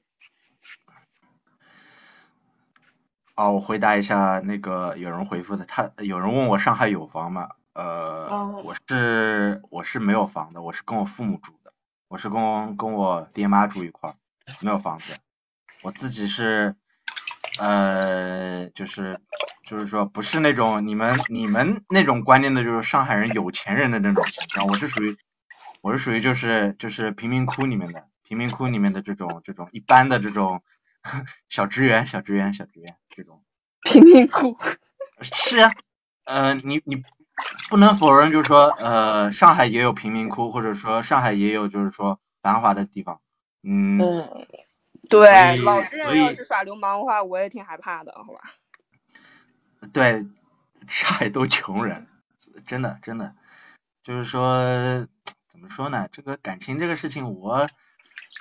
啊，我回答一下那个有人回复的，他有人问我上海有房吗？呃， 嗯、 我是我是没有房的，我是跟我父母住的，我是跟我跟我爹妈住一块儿，没有房子。我自己是呃，就是就是说不是那种你们你们那种观念的，就是上海人有钱人的那种形象。我是属于我是属于就是就是贫民窟里面的贫民窟里面的这种这种一般的这种小职员小职员小职员这种贫民窟。 是呀、啊，呃，你你不能否认，就是说呃，上海也有贫民窟，或者说上海也有就是说繁华的地方，嗯。 嗯，对，老实人要是耍流氓的话，我也挺害怕的，好吧？ 对，上海都穷人，真的真的，就是说怎么说呢？这个感情这个事情我，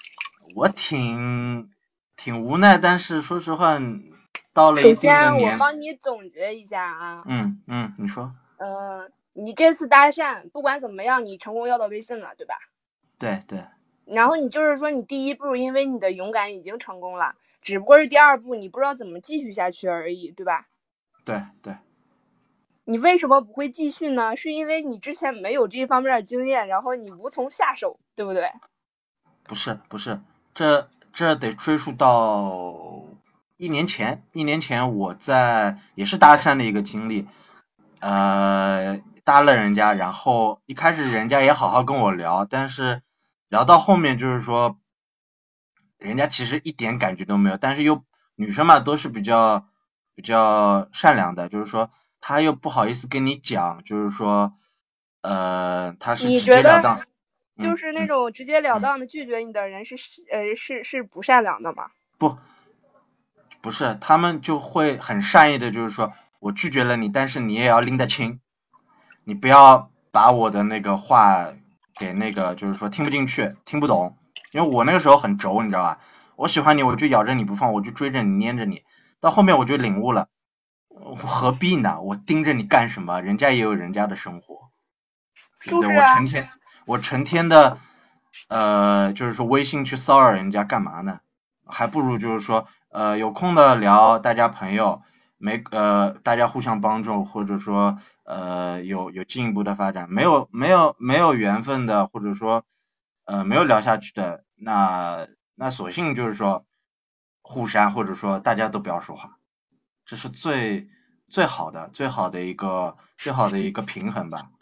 我挺挺无奈，但是说实话，到了一首定的先，我年， 帮你总结一下啊， 嗯嗯，你说， 嗯、呃，你这次搭讪不管怎么样，你成功要到微信了，对吧？ 对对然后你就是说，你第一步因为你的勇敢已经成功了，只不过是第二步你不知道怎么继续下去而已，对吧？ 对对， 你为什么不会继续呢？是因为你之前没有这方面的经验，然后你无从下手，对不对？ 不是不是，这这得追溯到一年前，一年前我在也是搭讪的一个经历，呃，搭了人家，然后一开始人家也好好跟我聊，但是聊到后面就是说，人家其实一点感觉都没有，但是又女生嘛都是比较比较善良的，就是说她又不好意思跟你讲，就是说呃她是直你觉得截了当，嗯就是那嗯种直截了嗯， 当的拒绝你的人是呃是是不善良的吗？ 不不是，他们就会很善意的，就是说我拒绝了你，但是你也要拎得清，你不要把我的那个话给那个就是说听不进去，听不懂，因为我那个时候很轴，你知道吧？我喜欢你，我就咬着你不放，我就追着你粘着你，到后面我就领悟了，我何必呢？我盯着你干什么？人家也有人家的生活，对不对？ 就是啊， 我成天我成天的呃，就是说微信去骚扰人家干嘛呢？还不如就是说呃有空的聊，大家朋友没呃大家互相帮助，或者说呃有有进一步的发展，没有没有没有缘分的，或者说呃没有聊下去的，那那索性就是说互删，或者说大家都不要说话，这是最最好的最好的一个最好的一个平衡吧。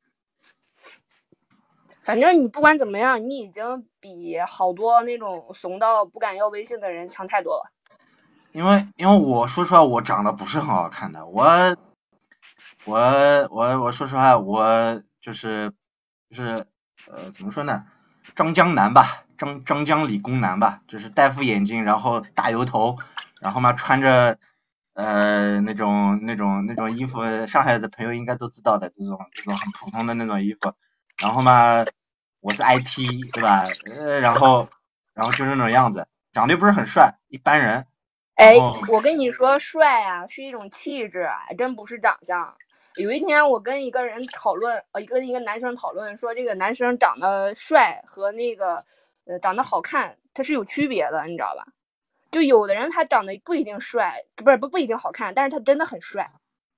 反正你不管怎么样，你已经比好多那种怂到不敢要微信的人强太多了。 因为因为我说实话，我长得不是很好看的，我我我我说实话，我就是就是呃怎么说呢，张江南吧，张张江理工男吧，就是戴副眼镜，然后大油头，然后嘛穿着呃那种那种那种衣服，上海的朋友应该都知道的，这种这种很普通的那种衣服，然后嘛我是 I T 对吧？呃然后然后就是那种样子，长得又不是很帅，一般人，然哎， 后我跟你说，帅啊是一种气质啊，真不是长相。有一天，我跟一个人讨论，呃，跟一个男生讨论说，这个男生长得帅和那个呃长得好看，他是有区别的，你知道吧？就有的人他长得不一定帅，不是不不一定好看，但是他真的很帅。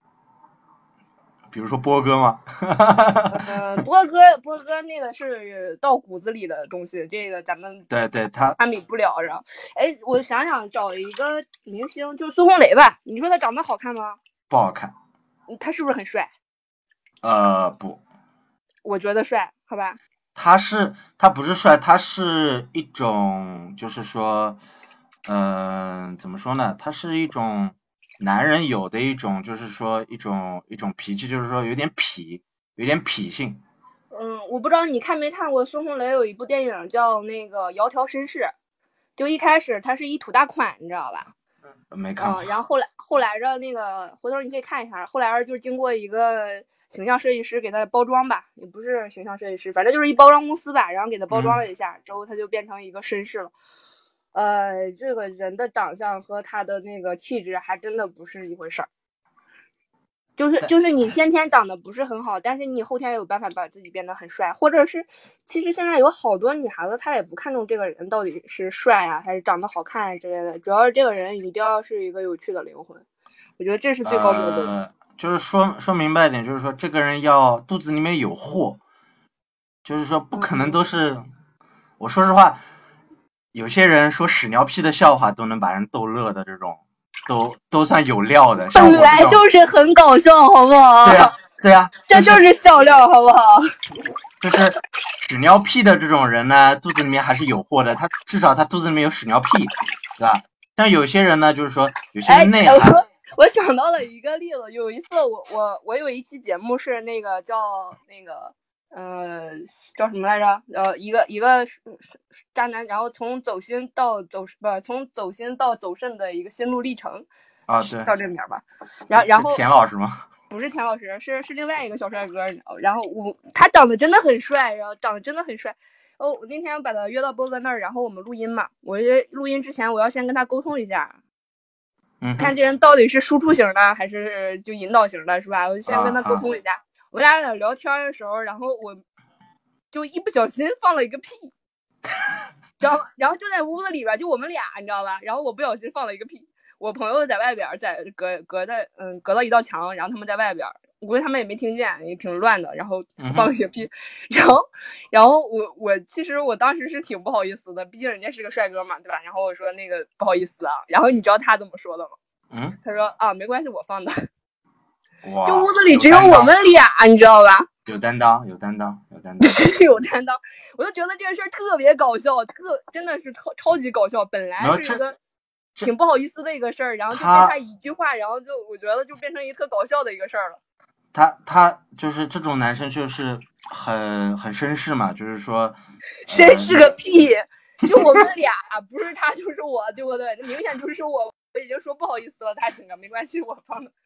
比如说波哥嘛， 呃，波哥波哥那个是到骨子里的东西，这个咱们对对，他攀比不了。然后，哎，我想想找一个明星，就孙红雷吧。你说他长得好看吗？ 不好看， 他是不是很帅？ 呃不， 我觉得帅，好吧。 他是他不是帅，他是一种就是说，嗯、呃，怎么说呢？他是一种男人有的一种就是说一种一种脾气，就是说有点痞，有点痞性。 嗯，我不知道你看没看过孙红雷有一部电影叫那个《窈窕绅士》，就一开始他是一土大款，你知道吧？ 没看过。 嗯，然后后来后来的那个，回头你可以看一下，后来就是经过一个形象设计师给他包装吧，也不是形象设计师，反正就是一包装公司吧，然后给他包装了一下，嗯、之后他就变成一个绅士了。呃，这个人的长相和他的那个气质还真的不是一回事儿。就是就是你先天长得不是很好，但是你后天有办法把自己变得很帅，或者是其实现在有好多女孩子她也不看重这个人到底是帅啊还是长得好看啊之类的，主要是这个人一定要是一个有趣的灵魂，我觉得这是最高标准。 呃，就是说说明白一点，就是说这个人要肚子里面有货，就是说不可能都是，嗯、我说实话，有些人说屎尿屁的笑话都能把人逗乐的这种。都都算有料的， 本来就是很搞笑，好不好？ 对呀，对呀， 这就是笑料，好不好？ 就是屎尿屁的这种人呢，肚子里面还是有货的，他至少他肚子里面有屎尿屁，对吧？但有些人呢，就是说有些人内涵。 哎、我, 我想到了一个例子，有一次我我我有一期节目是那个叫那个。呃，叫什么来着？呃，一个一个渣男，然后从走心到走不，从走心到走肾的一个心路历程啊，对， 叫这名吧。然后然后田老师吗？ 不是田老师，是是另外一个小帅哥。然后我他长得真的很帅，然后长得真的很帅。 哦，我那天把他约到波哥那儿，然后我们录音嘛。我这录音之前，我要先跟他沟通一下， 嗯， 看这人到底是输出型的还是就引导型的，是吧？我先跟他沟通一下。啊啊、我俩在聊天的时候，然后我就一不小心放了一个屁，然后然后就在屋子里边，就我们俩，你知道吧？然后我不小心放了一个屁，我朋友在外边，在隔隔在嗯隔到一道墙，然后他们在外边。我估计他们也没听见，也挺乱的，然后放了一个屁，嗯、然后，然后我我其实我当时是挺不好意思的，毕竟人家是个帅哥嘛，对吧？然后我说那个不好意思啊，然后你知道他怎么说的吗？ 嗯， 他说啊没关系，我放的。 哇， 就屋子里只有我们俩，你知道吧？ 有担当，有担当，有担当， 有担当。我就觉得这个事儿特别搞笑，特真的是超超级搞笑。本来是一个挺不好意思的一个事儿，然后就被他一句话，然后就我觉得就变成一个特搞笑的一个事儿了。 他他就是这种男生，就是很很绅士嘛，就是说， 绅士个屁！就我们俩，不是他就是我，对不对？这明显就是我，我已经说不好意思了，他请个没关系，我放的。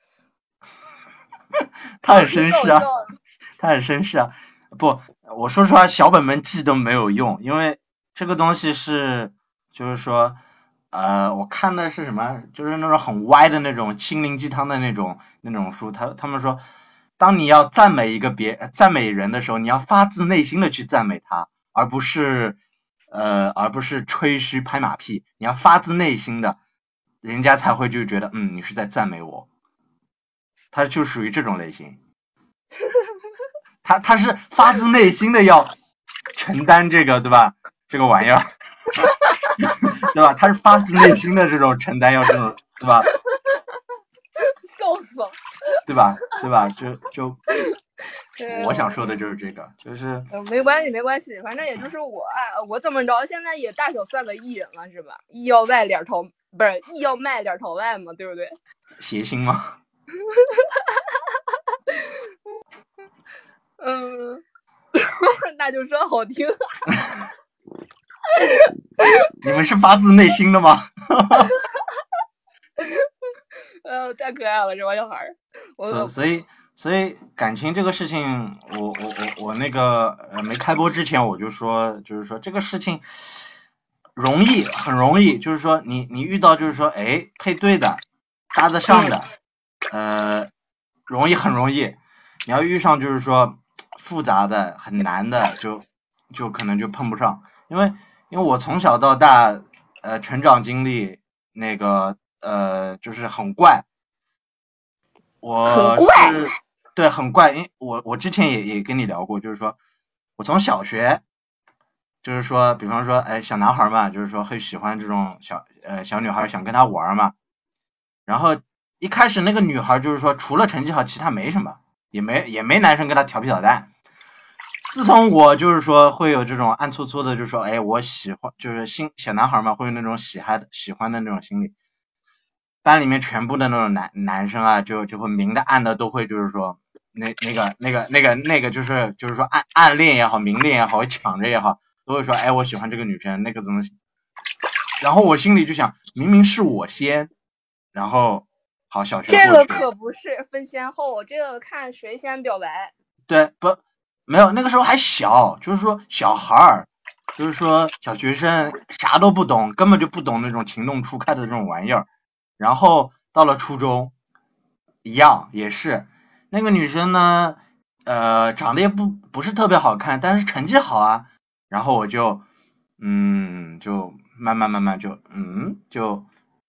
他很绅士啊，他很绅士啊。不，我说实话，小本本记都没有用，因为这个东西是，就是说，呃，我看的是什么？就是那种很歪的那种心灵鸡汤的那种那种书，他他们说。当你要赞美一个别赞美人的时候，你要发自内心的去赞美他，而不是呃而不是吹嘘拍马屁，你要发自内心的，人家才会就觉得嗯你是在赞美我，他就属于这种类型，他他是发自内心的要承担这个对吧这个玩意儿，对吧？他是发自内心的这种承担要这种对吧？ 笑死了。 对吧？对吧？就就，我想说的就是这个，就是、 呃、没关系，没关系，反正也就是我，我怎么着，现在也大小算个艺人了，是吧？艺要外脸朝，不是艺要卖脸朝外嘛，对不对？ 谐星吗？ 嗯，那就说好听、啊。 你们是发自内心的吗？ 呃，太可爱了，这帮小孩儿。 所所以所以感情这个事情，我我我我那个呃没开播之前我就说，就是说这个事情容易很容易，就是说你你遇到就是说哎配对的搭得上的，呃容易很容易，你要遇上就是说复杂的很难的就就可能就碰不上，因为因为我从小到大呃成长经历那个。呃，就是很怪，我是对很怪，因为我我之前也也跟你聊过，就是说我从小学，就是说，比方说，哎，小男孩嘛，就是说会喜欢这种小呃小女孩，想跟她玩嘛，然后一开始那个女孩就是说，除了成绩好，其他没什么，也没也没男生跟她调皮捣蛋。自从我就是说会有这种暗搓搓的，就是说，哎，我喜欢，就是心小男孩嘛，会有那种喜爱的喜欢的那种心理。班里面全部的那种男男生啊，就就会明的暗的都会就是说，那那个那个那个那个就是就是说暗暗恋也好，明恋也好，抢着也好，都会说，哎，我喜欢这个女生，那个怎么？然后我心里就想，明明是我先，然后好小学这个可不是分先后，这个看谁先表白。 对，不没有那个时候还小，就是说小孩儿，就是说小学生啥都不懂，根本就不懂那种情窦初开的这种玩意儿。然后到了初中，一样也是那个女生呢，呃，长得也不不是特别好看，但是成绩好啊。然后我就，嗯，就慢慢慢慢就，嗯，就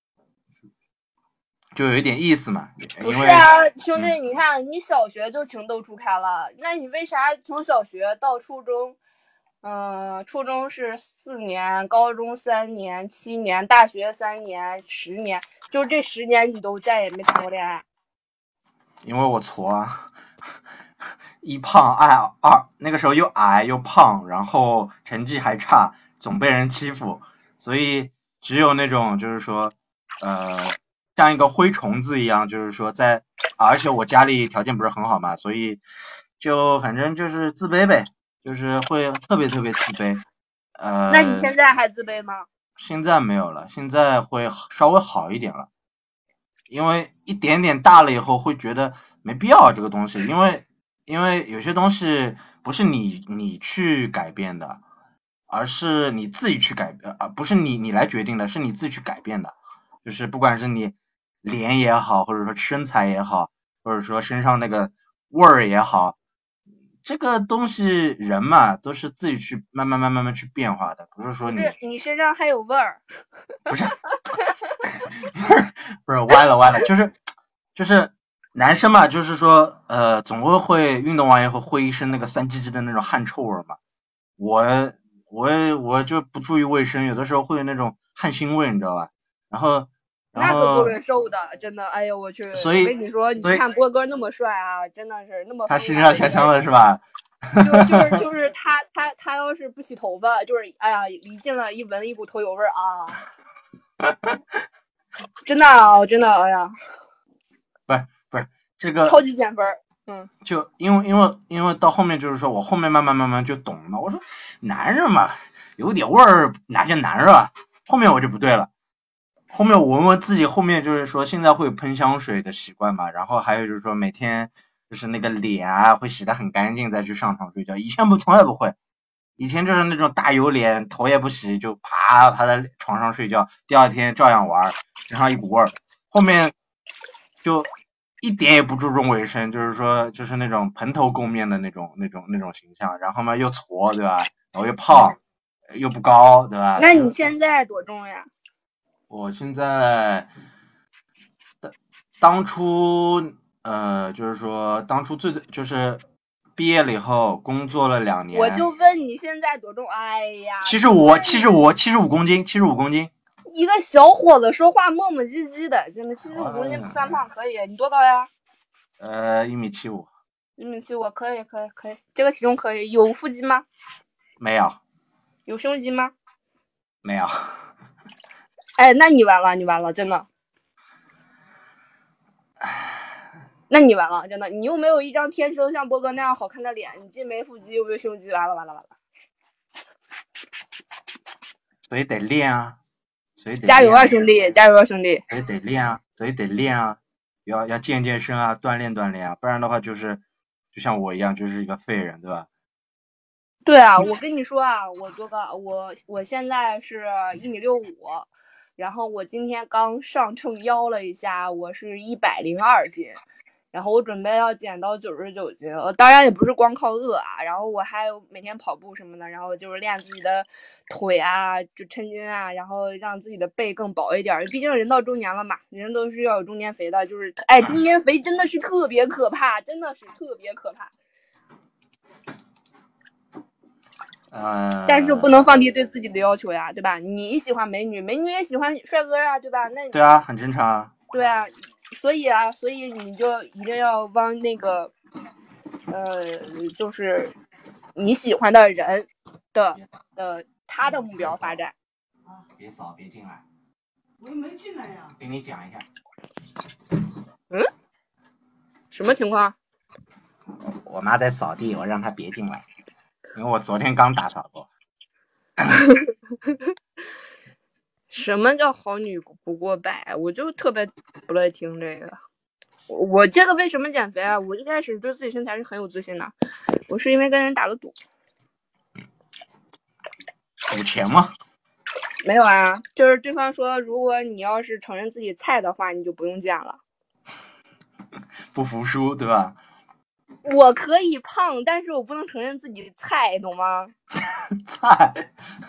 就有一点意思嘛。 不是啊，兄弟，嗯、你看你小学就情窦初开了，那你为啥从小学到初中？嗯、呃，初中是四年，高中三年，七年，大学三年，十年，就这十年你都再也没谈过恋爱。 因为我矬啊，一胖二二，那个时候又矮又胖，然后成绩还差，总被人欺负，所以只有那种就是说，呃，像一个灰虫子一样，就是说在，而且我家里条件不是很好嘛，所以就反正就是自卑呗。就是会特别特别自卑，呃。 那你现在还自卑吗？ 现在没有了，现在会稍微好一点了，因为一点点大了以后会觉得没必要这个东西，因为因为有些东西不是你你去改变的， 而是你自己去改变啊，不是你你来决定的，是你自己去改变的。就是不管是你脸也好，或者说身材也好，或者说身上那个味儿也好，这个东西人嘛都是自己去慢慢慢慢慢去变化的，不是说你不是你身上还有味儿， 不是不是不是歪了歪了，就是就是男生嘛，就是说呃总会会运动完以后会一身那个酸唧唧的那种汗臭味嘛。我我我就不注意卫生，有的时候会有那种汗腥味，你知道吧？然后然那可够后人受的，真的。哎呦我去！ 所以我跟你说，你所以看波哥那么帅啊，真的是那么他风雅的身上香香人的是吧？ 就就是就是他他他要是不洗头发，就是哎呀，离近了一闻一股头油味儿啊！真的啊，真的哎呀， 不是不是这个超级减分。嗯， 就因为因为因为到后面就是说我后面慢慢慢慢就懂了嘛，我说男人嘛有点味儿哪叫男人啊？后面我就不对了，后面我闻闻自己后面就是说现在会有喷香水的习惯嘛，然后还有就是说每天就是那个脸啊会洗得很干净再去上床睡觉，以前不从来不会，以前就是那种大油脸头也不洗就啪趴在床上睡觉，第二天照样玩，身上一股味儿，后面就一点也不注重卫生，就是说就是那种蓬头垢面的那种那种那种形象，然后嘛又矬对吧，然后又胖又不高对吧？ 那你现在多重呀？ 我现在当初呃就是说当初最就是毕业了以后工作了两年， 我就问你现在多重？哎呀， 七十五七十五七十五公斤七十五公斤。 一个小伙子说话磨磨唧唧的，真的七十五公斤不算胖，可以。你多高呀？ 呃，一米七五。 一米七五，可以可以可以，这个体重可以。有腹肌吗？ 没有。 有胸肌吗？ 没有。 哎，那你完了，你完了，真的。那你完了，真的，你又没有一张天生像波哥那样好看的脸，你既没腹肌又没胸肌，完了完了完了。 所以得练啊，所以得加油啊，兄弟，加油啊，兄弟！ 所以得练啊，所以得练啊，要要健健身啊，锻炼锻炼啊，不然的话就是就像我一样，就是一个废人，对吧？ 对啊，我跟你说啊，我多高？我我现在是一米六五，然后我今天刚上称腰了一下，我是一百零二斤。然后我准备要减到九十九斤，呃，当然也不是光靠饿啊，然后我还有每天跑步什么的，然后就是练自己的腿啊，就抻筋啊，然后让自己的背更薄一点。毕竟人到中年了嘛，人都是要有中年肥的，就是哎，中年肥真的是特别可怕，真的是特别可怕。 呃， 但是不能放低对自己的要求呀，对吧？你喜欢美女，美女也喜欢帅哥啊，对吧？那对啊，很正常啊。 对啊。所以啊，所以你就一定要往那个，呃，就是你喜欢的人的的他的目标发展。 别扫，别进来。 我也没进来呀。 给你讲一下。 嗯？什么情况？ 我妈在扫地，我让她别进来，因为我昨天刚打扫过。 什么叫好女不过百？我就特别不乐意听这个。我这个为什么减肥啊？我一开始对自己身材是很有自信的，我是因为跟人打了赌。 赌钱吗？ 没有啊，就是对方说，如果你要是承认自己菜的话，你就不用减了。 不服输，对吧？ 我可以胖，但是我不能承认自己菜，懂吗？ 菜。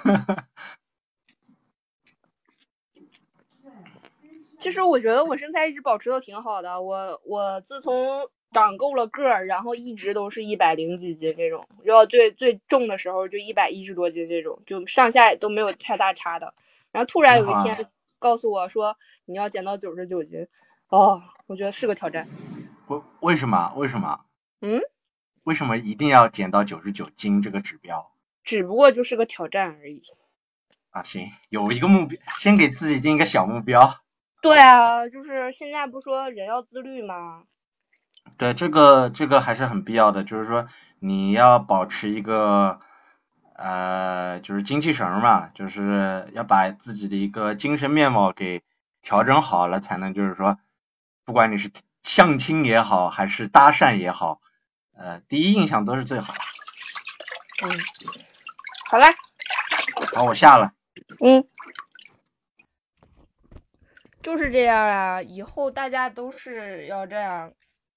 其实我觉得我身材一直保持的挺好的，我我自从长够了个儿，然后一直都是一百零几斤这种，然后最最重的时候就一百一十多斤这种，就上下都没有太大差的。然后突然有一天告诉我说你要减到九十九斤，哦，我觉得是个挑战。 为为什么？为什么？ 嗯？ 为什么一定要减到九十九斤这个指标？ 只不过就是个挑战而已。 啊，行，有一个目标，先给自己定一个小目标。 对啊，就是现在不说人要自律吗？ 对，这个这个还是很必要的，就是说你要保持一个呃，就是精气神嘛，就是要把自己的一个精神面貌给调整好了，才能就是说，不管你是相亲也好，还是搭讪也好，呃，第一印象都是最好的。 嗯，好啦， 好，我下了。 嗯，就是这样啊，以后大家都是要这样。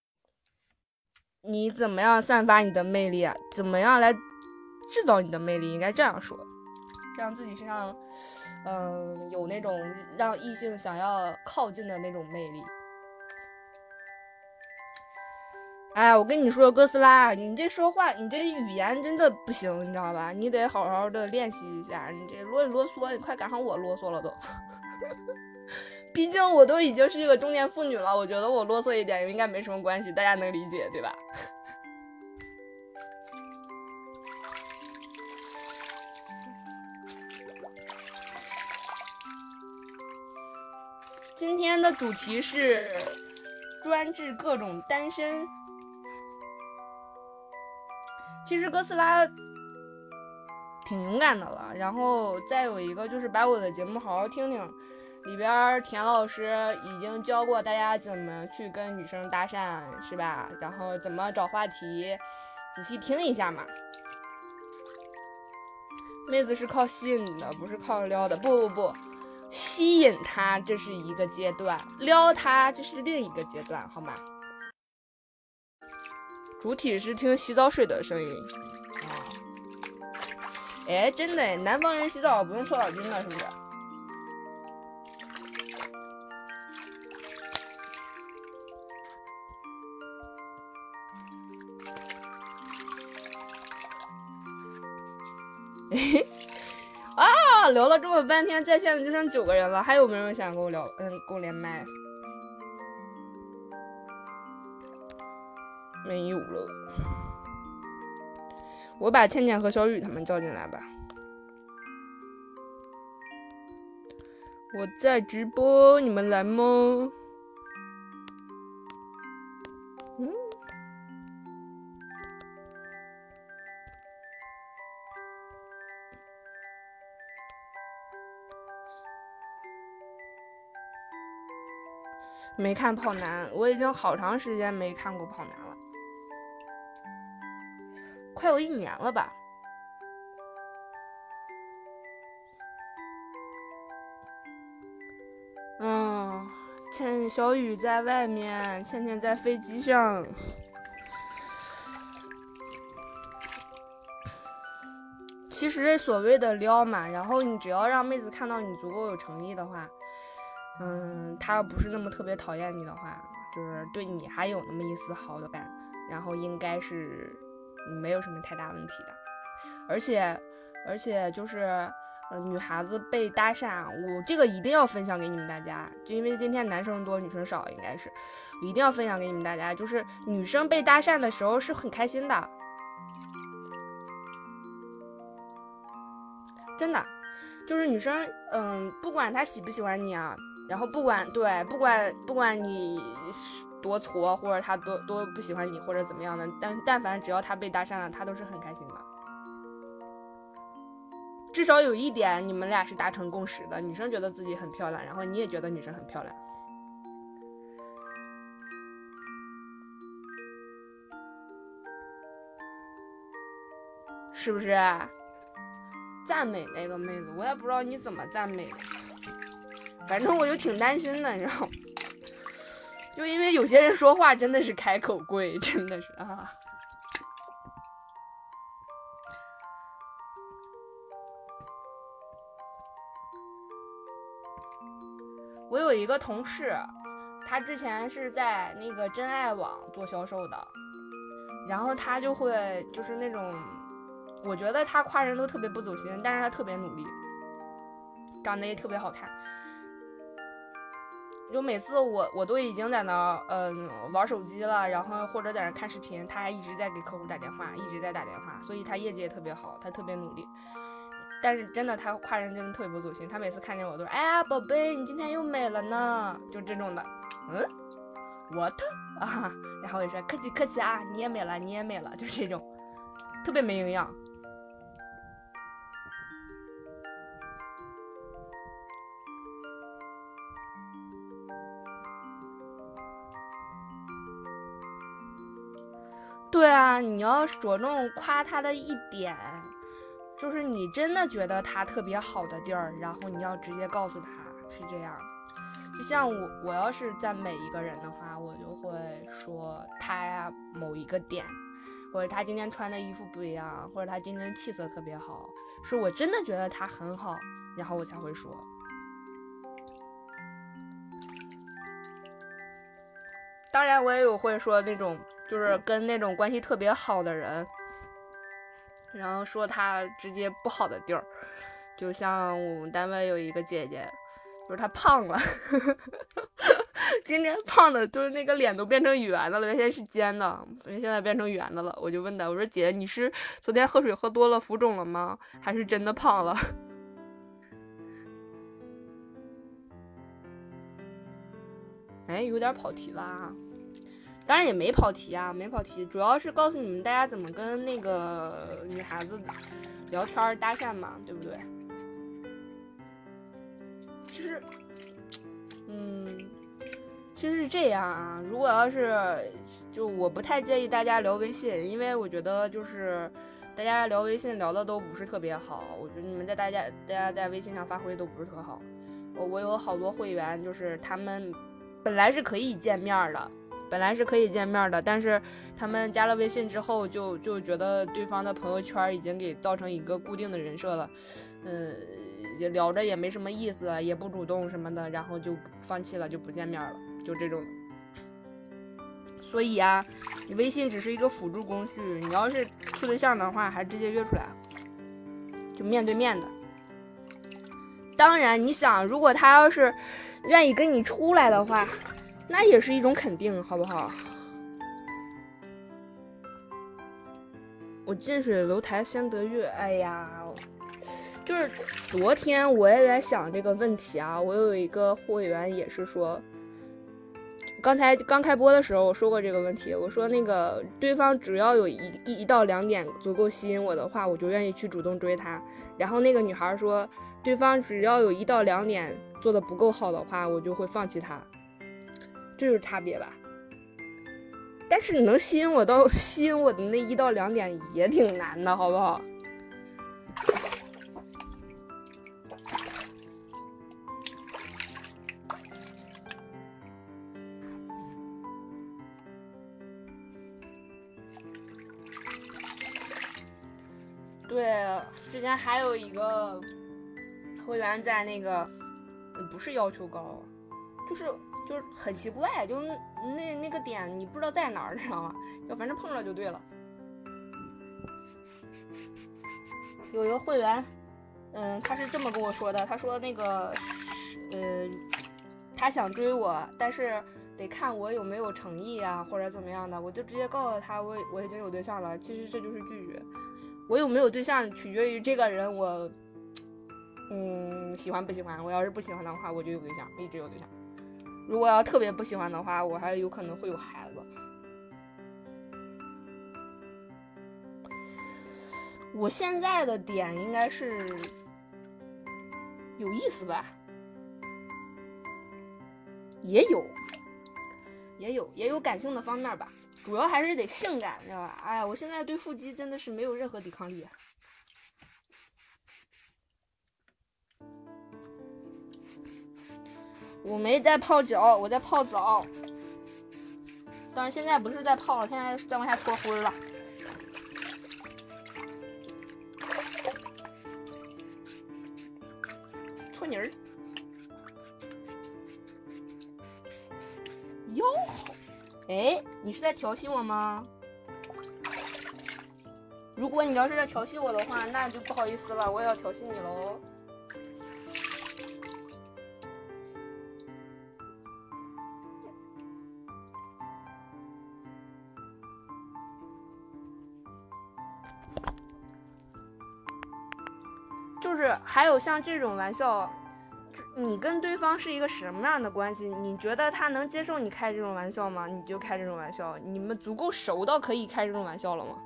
你怎么样散发你的魅力啊？怎么样来制造你的魅力？应该这样说，让自己身上，嗯，有那种让异性想要靠近的那种魅力。哎，我跟你说，哥斯拉，你这说话，你这语言真的不行，你知道吧？你得好好的练习一下。你这啰里啰嗦，你快赶上我啰嗦了都。毕竟我都已经是一个中年妇女了，我觉得我啰嗦一点应该没什么关系，大家能理解，对吧？今天的主题是专治各种单身。其实哥斯拉挺勇敢的了，然后再有一个就是把我的节目好好听听，里边田老师已经教过大家怎么去跟女生搭讪，是吧？然后怎么找话题，仔细听一下嘛。妹子是靠吸引的，不是靠撩的。不不不，吸引她这是一个阶段，撩她这是另一个阶段，好吗？主体是听洗澡水的声音啊。哎，真的，南方人洗澡不用搓澡巾的，是不是？啊，聊了这么半天，在线的就剩九个人了，还有没有人想跟我聊？嗯，跟我连麦？没有了。我把倩倩和小雨他们叫进来吧。我在直播，你们来吗？嗯。没看跑男，我已经好长时间没看过跑男了，快有一年了吧。嗯，倩小雨在外面，倩倩在飞机上。其实所谓的撩嘛，然后你只要让妹子看到你足够有诚意的话，嗯，她不是那么特别讨厌你的话，就是对你还有那么一丝好感，然后应该是没有什么太大问题的。而且，而且就是，呃，女孩子被搭讪，我这个一定要分享给你们大家，就因为今天男生多女生少，应该是，一定要分享给你们大家，就是女生被搭讪的时候是很开心的，真的，就是女生，嗯，不管她喜不喜欢你啊。然后不管对，不管不管你多挫，或者他多多不喜欢你，或者怎么样的，但但凡只要他被搭讪了，他都是很开心的。至少有一点，你们俩是达成共识的，女生觉得自己很漂亮，然后你也觉得女生很漂亮，是不是？赞美那个妹子，我也不知道你怎么赞美的。反正我就挺担心的，你知道吗？就因为有些人说话真的是开口贵，真的是啊。我有一个同事，他之前是在那个真爱网做销售的，然后他就会就是那种，我觉得他夸人都特别不走心，但是他特别努力，长得也特别好看。就每次我我都已经在那嗯、呃、玩手机了，然后或者在那看视频，他还一直在给客户打电话，一直在打电话，所以他业绩也特别好，他特别努力。但是真的他夸人真的特别不走心，他每次看见我都说，哎呀宝贝，你今天又美了呢，就这种的。嗯 what 啊，然后我就说客气客气啊，你也美了你也美了，就这种特别没营养。对啊，你要是着重夸他的一点， 就是你真的觉得他特别好的地儿，然后你要直接告诉他，是这样。就像我，我要是赞美一个人的话，我就会说他某一个点，或者他今天穿的衣服不一样，或者他今天气色特别好，是我真的觉得他很好，然后我才会说。当然，我也有会说那种，就是跟那种关系特别好的人，然后说他直接不好的地儿，就像我们单位有一个姐姐。就是她胖了今天胖的就是那个脸都变成圆的了，原先是尖的，现在变成圆的了。我就问她，我说姐，你是昨天喝水喝多了浮肿了吗？还是真的胖了？哎，有点跑题啦。当然也没跑题啊，没跑题，主要是告诉你们大家怎么跟那个女孩子聊天搭讪嘛，对不对？其实，嗯，其实是这样啊。如果要是就我不太建议大家聊微信，因为我觉得就是大家聊微信聊的都不是特别好。我觉得你们在大家大家在微信上发挥都不是特好。我我有好多会员，就是他们本来是可以见面的，本来是可以见面的，但是他们加了微信之后就，就就觉得对方的朋友圈已经给造成一个固定的人设了，嗯。也聊着也没什么意思，也不主动什么的，然后就放弃了，就不见面了，就这种。所以啊，你微信只是一个辅助工具，你要是处对象的话，还直接约出来，就面对面的。当然，你想，如果他要是愿意跟你出来的话，那也是一种肯定，好不好？我近水楼台先得月，哎呀。就是昨天我也在想这个问题啊，我有一个会员也是说，刚才刚开播的时候我说过这个问题，我说那个对方只要有一一到两点足够吸引我的话，我就愿意去主动追他。然后那个女孩说，对方只要有一到两点做的不够好的话，我就会放弃他。这就是差别吧。但是你能吸引我到吸引我的那一到两点也挺难的，好不好？对，之前还有一个会员在那个，不是要求高，就是就是很奇怪，就那那个点你不知道在哪儿，你知道吗？就反正碰了就对了。有一个会员，嗯，他是这么跟我说的，他说那个，呃，他想追我，但是得看我有没有诚意啊，或者怎么样的，我就直接告诉他我我已经有对象了。其实这就是拒绝。我有没有对象取决于这个人我，嗯，喜欢不喜欢。我要是不喜欢的话，我就有对象，一直有对象。如果要特别不喜欢的话，我还有可能会有孩子。我现在的点应该是有意思吧，也有，也有，也有感性的方面吧。主要还是得性感，知道吧？哎呀，我现在对腹肌真的是没有任何抵抗力。我没在泡脚，我在泡澡。当然现在不是在泡了，现在是在往下脱灰了。搓泥儿，哟好。哎，你是在调戏我吗？如果你要是在调戏我的话，那就不好意思了，我也要调戏你喽。就是还有像这种玩笑，你跟对方是一个什么样的关系？你觉得他能接受你开这种玩笑吗？你就开这种玩笑。你们足够熟到可以开这种玩笑了吗？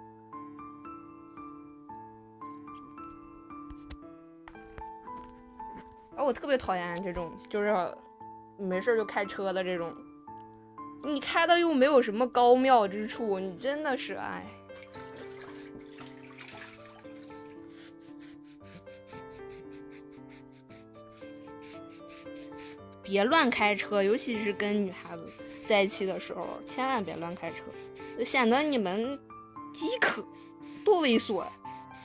而我特别讨厌这种，就是没事就开车的这种。你开的又没有什么高妙之处，你真的是哎。 别乱开车，尤其是跟女孩子在一起的时候，千万别乱开车，就显得你们饥渴，多猥琐呀！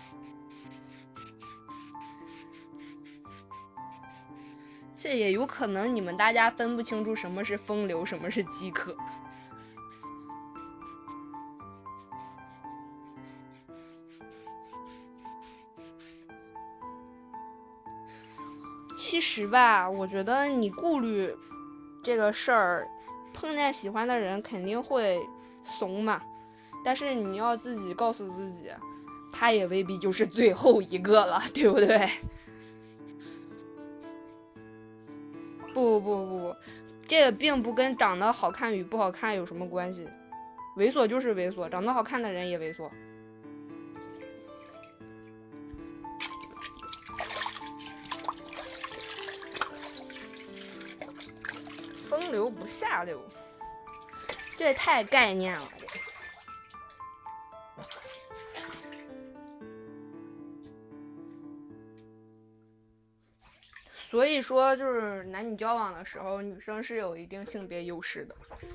这也有可能你们大家分不清楚什么是风流，什么是饥渴。其实吧，我觉得你顾虑这个事儿，碰见喜欢的人肯定会怂嘛，但是你要自己告诉自己，他也未必就是最后一个了，对不对？不不不不，这个并不跟长得好看与不好看有什么关系，猥琐就是猥琐，长得好看的人也猥琐。风流不下流，这也太概念了。所以说，就是男女交往的时候，女生是有一定性别优势的。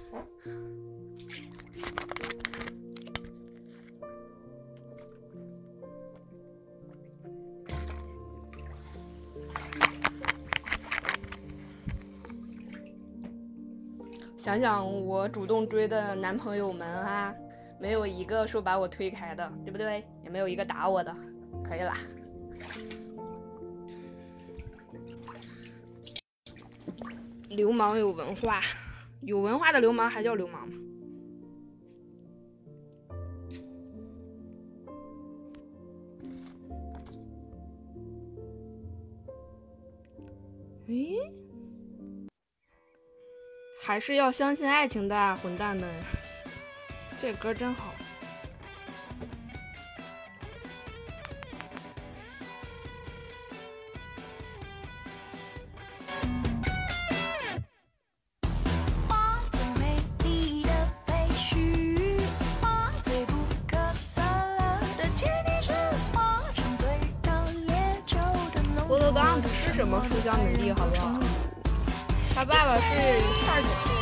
想想我主动追的男朋友们啊，没有一个说把我推开的，对不对？也没有一个打我的，可以啦。流氓有文化，有文化的流氓还叫流氓吗？诶，还是要相信爱情的，混蛋们！这歌真好。郭德纲不是什么书香门第，好不好？他爸爸是范总。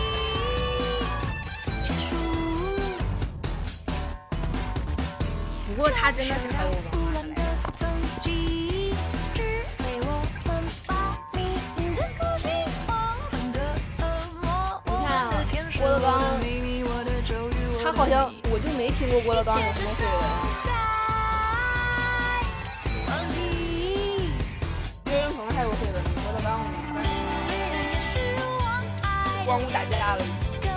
不过他真的是很有文化的来着。你看啊，郭德纲，他好像我就没听过郭德纲有什么绯闻。岳云鹏还有绯闻，郭德纲光顾打架了。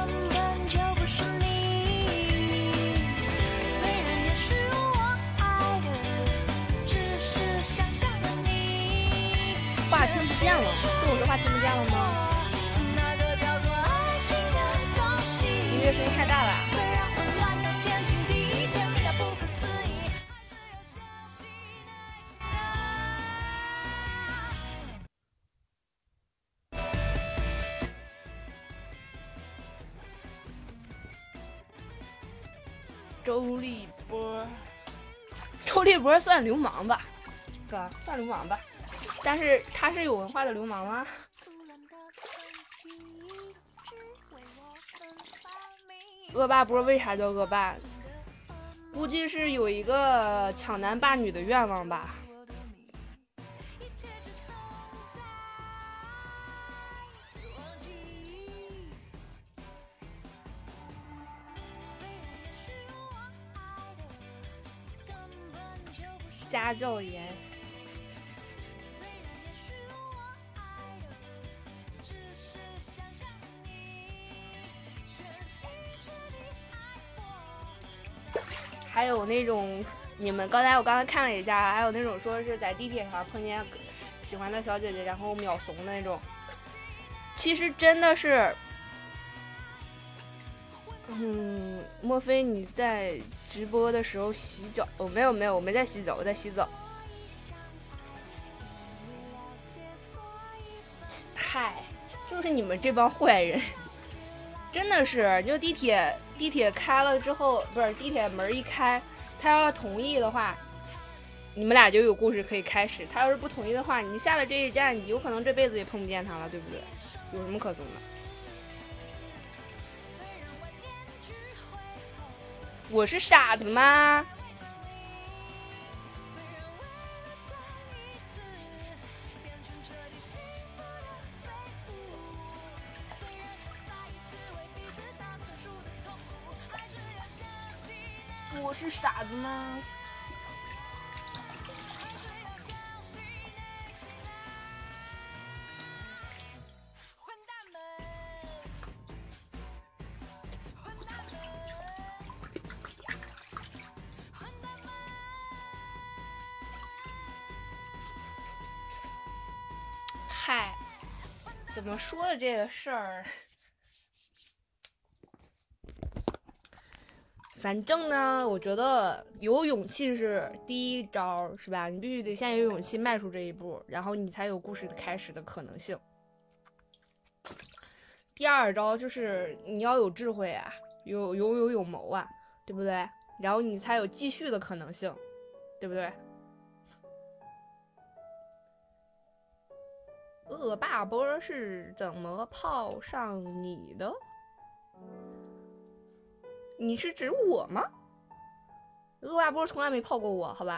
话听不见了，这我说话听不见了吗？音乐声音太大了。周立波，周立波算流氓吧，是吧？算流氓吧。但是他是有文化的流氓吗？恶霸波为啥叫恶霸？估计是有一个抢男霸女的愿望吧。家教严。还有那种，你们刚才我刚才看了一下，还有那种说是在地铁上碰见喜欢的小姐姐，然后秒怂的那种。其实真的是，嗯，莫非你在直播的时候洗脚？哦，没有没有，我没在洗澡，我在洗澡。嗨，就是你们这帮坏人，真的是，就地铁。地铁开了之后，不是地铁门一开，他要同意的话， 你们俩就有故事可以开始。他要是不同意的话，你下了这一站，你有可能这辈子也碰不见他了，对不对？有什么可送的？我是傻子吗？我是傻子吗？嗨，怎么说的这个事儿？反正呢，我觉得有勇气是第一招，是吧？你必须得先有勇气迈出这一步，然后你才有故事的开始的可能性。第二招就是你要有智慧啊，有有有有谋啊，对不对？然后你才有继续的可能性，对不对？恶霸波是怎么泡上你的？你是指我吗？恶霸波从来没泡过我，好吧？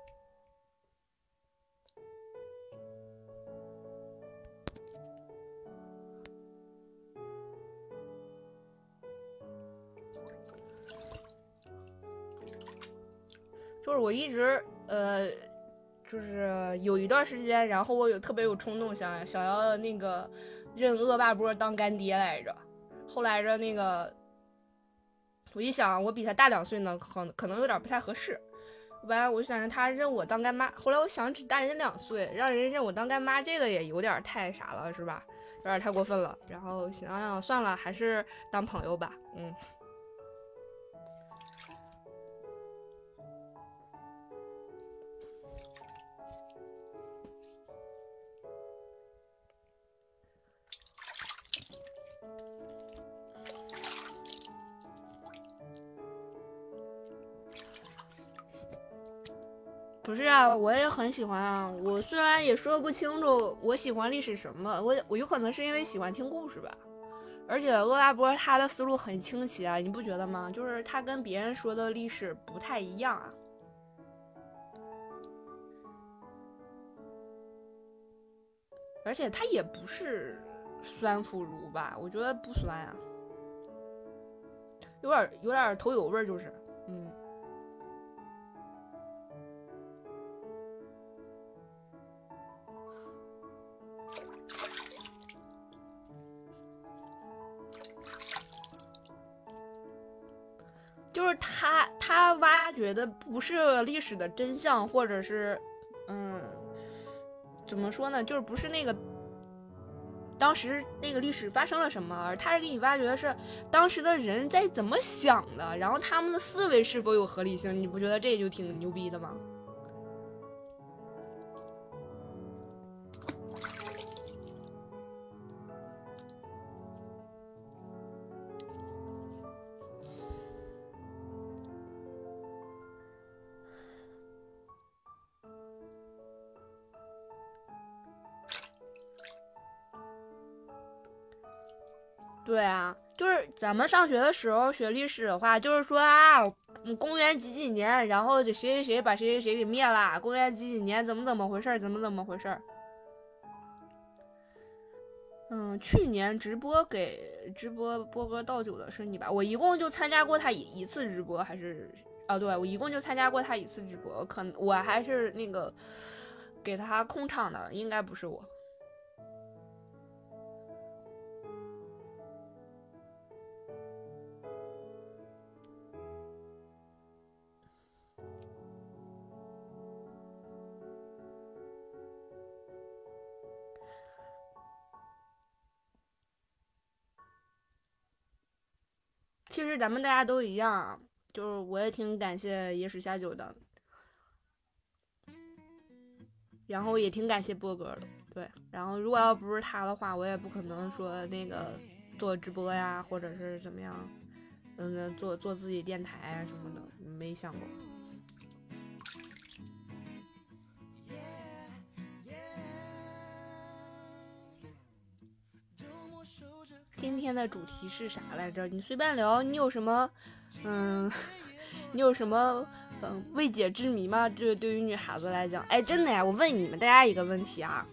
就是我一直呃，就是有一段时间，然后我有特别有冲动想想要那个认恶霸波当干爹来着，后来着那个。我一想，我比他大两岁呢，可可能有点不太合适。完了，我就想让他认我当干妈。后来我想，只大人两岁，让人认我当干妈，这个也有点太傻了，是吧？有点太过分了。然后想想算了，还是当朋友吧。嗯。不是啊，我也很喜欢啊。我虽然也说不清楚我喜欢历史什么，我我有可能是因为喜欢听故事吧。而且恶霸波他的思路很清奇啊，你不觉得吗？就是他跟别人说的历史不太一样啊。而且他也不是酸腐儒吧？我觉得不酸啊，有点有点头有味，就是嗯。就是他，他挖掘的不是历史的真相，或者是，嗯，怎么说呢？就是不是那个当时那个历史发生了什么，而他是给你挖掘的是当时的人在怎么想的，然后他们的思维是否有合理性。你不觉得这就挺牛逼的吗？对啊，就是咱们上学的时候学历史的话，就是说啊，公元几几年，然后这谁谁谁把谁谁谁给灭了，公元几几年怎么怎么回事，怎么怎么回事。嗯，去年直播给直播波哥倒酒的是你吧？我一共就参加过他一一次直播，还是啊？对，我一共就参加过他一次直播，可能我还是那个给他控场的，应该不是我。其实咱们大家都一样，就是我也挺感谢野史下酒的，然后也挺感谢波哥的，对。然后如果要不是他的话，我也不可能说那个做直播呀，或者是怎么样，嗯，做做自己电台啊什么的，没想过。 今天的主题是啥来着？你随便聊，你有什么，嗯，你有什么嗯未解之谜吗？这对于女孩子来讲，哎，真的呀，我问你们大家一个问题啊。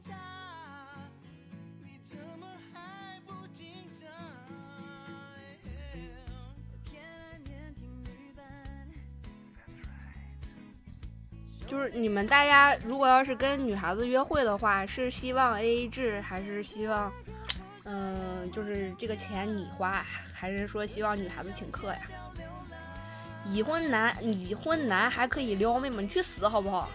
就是你们大家如果要是跟女孩子约会的话，是希望 A A 制，还是希望，嗯，就是这个钱你花，还是说希望女孩子请客呀？已婚男，已婚男还可以撩妹吗？你去死好不好？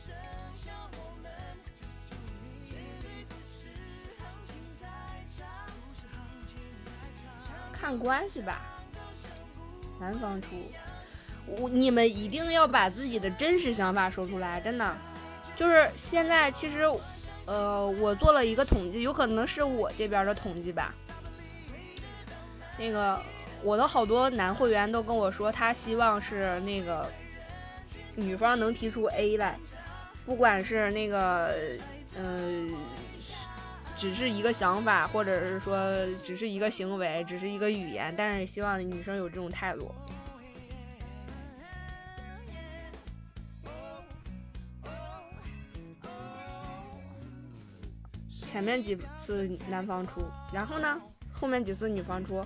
看关系吧，男方出。我你们一定要把自己的真实想法说出来，真的。就是现在其实，呃，我做了一个统计，有可能是我这边的统计吧。那个我的好多男会员都跟我说，他希望是那个女方能提出 A 来，不管是那个，嗯、呃，只是一个想法，或者是说只是一个行为，只是一个语言，但是希望女生有这种态度。前面几次男方出，然后呢，后面几次女方出。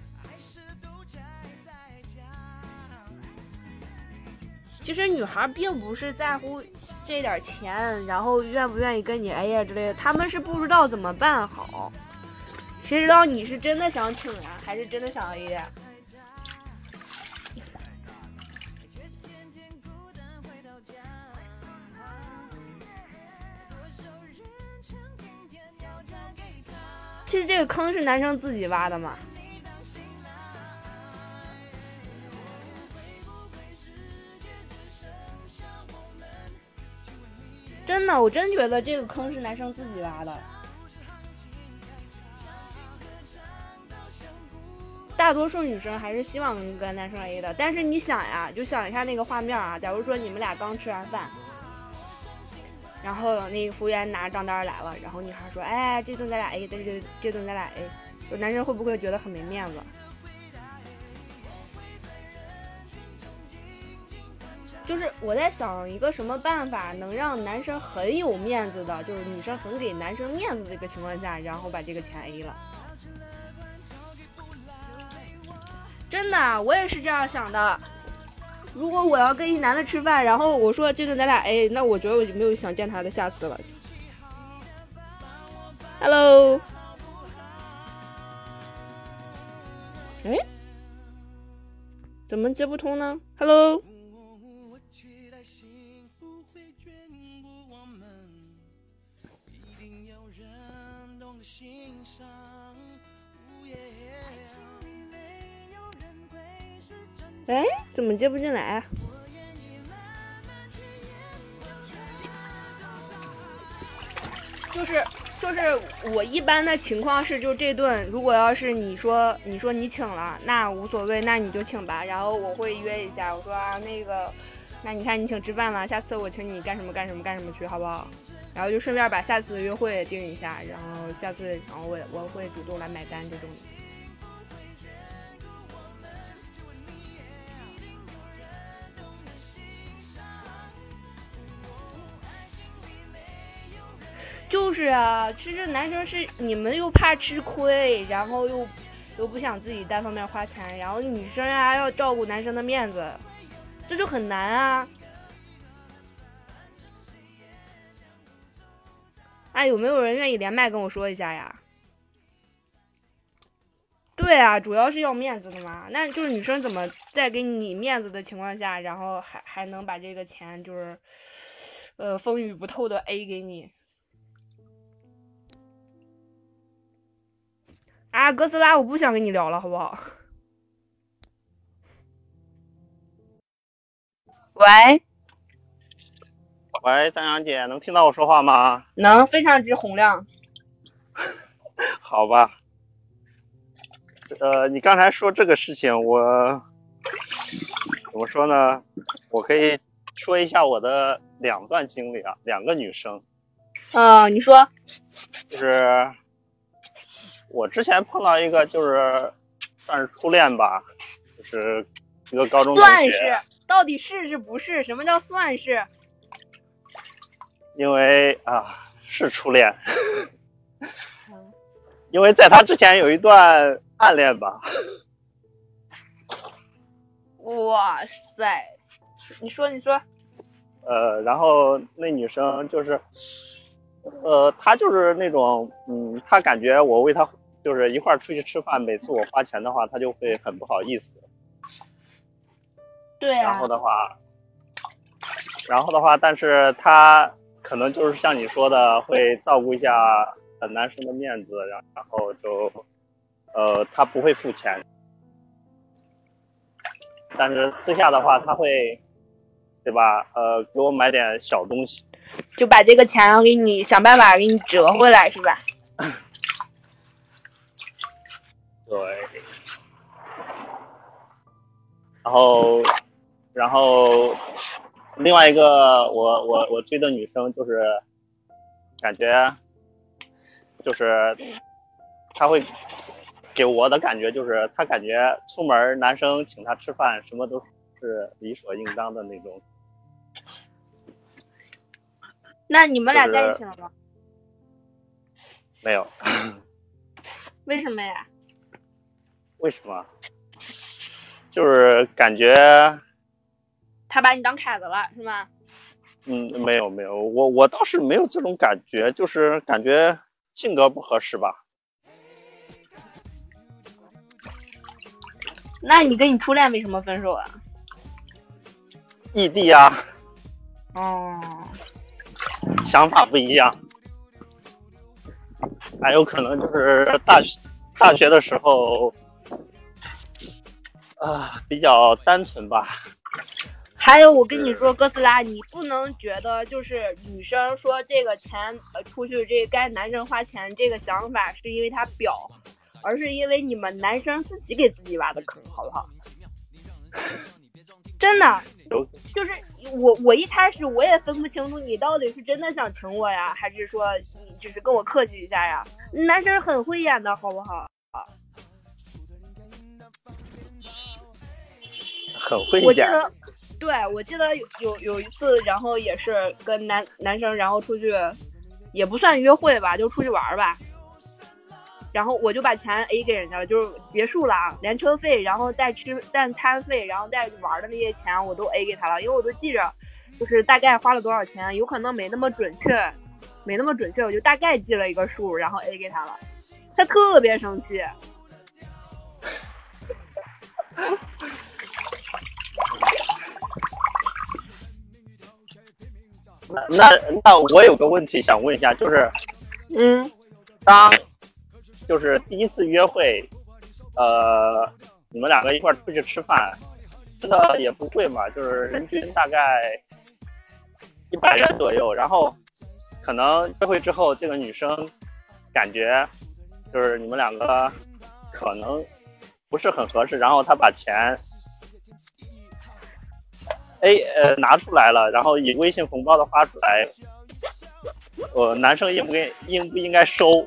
其实女孩并不是在乎这点钱，然后愿不愿意跟你 A 呀之类的，他们是不知道怎么办好。谁知道你是真的想请呀，还是真的想 A 呀？其实这个坑是男生自己挖的嘛。真的，我真觉得这个坑是男生自己挖的。大多数女生还是希望跟男生 A 的，但是你想呀，就想一下那个画面啊，假如说你们俩刚吃完饭，然后那个服务员拿账单来了，然后女孩说：“哎，这顿咱俩 A， 这这这顿咱俩 A。”就男生会不会觉得很没面子？就是我在想一个什么办法能让男生很有面子的，就是女生很给男生面子的一个情况下，然后把这个钱 A 了。真的，我也是这样想的。如果我要跟一男的吃饭，然后我说这顿咱俩 A， 那我觉得我就没有想见他的下次了。Hello， 哎，怎么接不通呢 ？Hello。哎，怎么接不进来啊？就是就是我一般的情况是，就这顿如果要是你说你说你请了，那无所谓，那你就请吧。然后我会约一下，我说啊那个，那你看你请吃饭了，下次我请你干什么干什么干什么去，好不好？然后就顺便把下次的约会定一下，然后下次然后我我会主动来买单这种。就是啊，其实男生是你们又怕吃亏，然后又又不想自己单方面花钱，然后女生啊要照顾男生的面子，这就很难啊。哎，有没有人愿意连麦跟我说一下呀？对啊，主要是要面子的嘛。那就是女生怎么在给你面子的情况下，然后还还能把这个钱就是，呃，风雨不透的 A 给你？啊，哥斯拉，我不想跟你聊了，好不好？喂， 喂，张阳姐，能听到我说话吗？ 能，非常之洪亮。 好吧。呃，你刚才说这个事情，我怎么说呢？我可以说一下我的两段经历啊，两个女生。 呃，你说。 就是我之前碰到一个就是算是初恋吧，就是一个高中同学。 算是，到底是是不是？什么叫算是？ 因为啊，是初恋。因为在他之前有一段暗恋吧。 哇塞，你说你说。 呃，然后那女生就是，呃，她就是那种，嗯，她感觉我为她就是一块儿出去吃饭，每次我花钱的话，她就会很不好意思。 对啊。 然后的话，然后的话，但是她可能就是像你说的，会照顾一下呃男生的面子，然然后就，呃，她不会付钱，但是私下的话，她会。对吧？呃，给我买点小东西， 就把这个钱给你想办法给你折回来，是吧？ 对。然后，然后，另外一个我我我追的女生就是，感觉，就是她会给我的感觉就是，她感觉出门男生请她吃饭，什么都是理所应当的那种。 那你们俩在一起了吗？ 没有。 为什么呀？ 为什么？就是感觉他把你当凯子了，是吗？ 嗯，没有没有，我我倒是没有这种感觉，就是感觉性格不合适吧。 那你跟你初恋为什么分手啊？ 异地啊。 哦。 想法不一样，还有可能就是大学大学的时候，啊，比较单纯吧。 还有，我跟你说，哥斯拉，你不能觉得就是女生说这个钱呃出去这该男生花钱这个想法是因为他表，而是因为你们男生自己给自己挖的坑，好不好？真的，就是我我一开始我也分不清楚你到底是真的想请我呀，还是说你只是跟我客气一下呀？男生很会演的，好不好？ 很会演。 我记得，对，我记得有有有一次，然后也是跟男男生，然后出去，也不算约会吧，就出去玩吧。然后我就把钱 A 给人家了，就是结束了啊，连车费，然后带吃带餐费，然后带玩的那些钱我都 A 给他了，因为我都记着，就是大概花了多少钱，有可能没那么准确，没那么准确，我就大概记了一个数，然后 A 给他了，他特别生气。 那那那我有个问题想问一下，就是， 嗯， 当。就是第一次约会，呃，你们两个一块出去吃饭，吃的也不贵嘛，就是人均大概一百元左右。然后可能约会之后，这个女生感觉就是你们两个可能不是很合适，然后她把钱 A 呃拿出来了，然后以微信红包的发出来，呃，男生应不应应不应该收？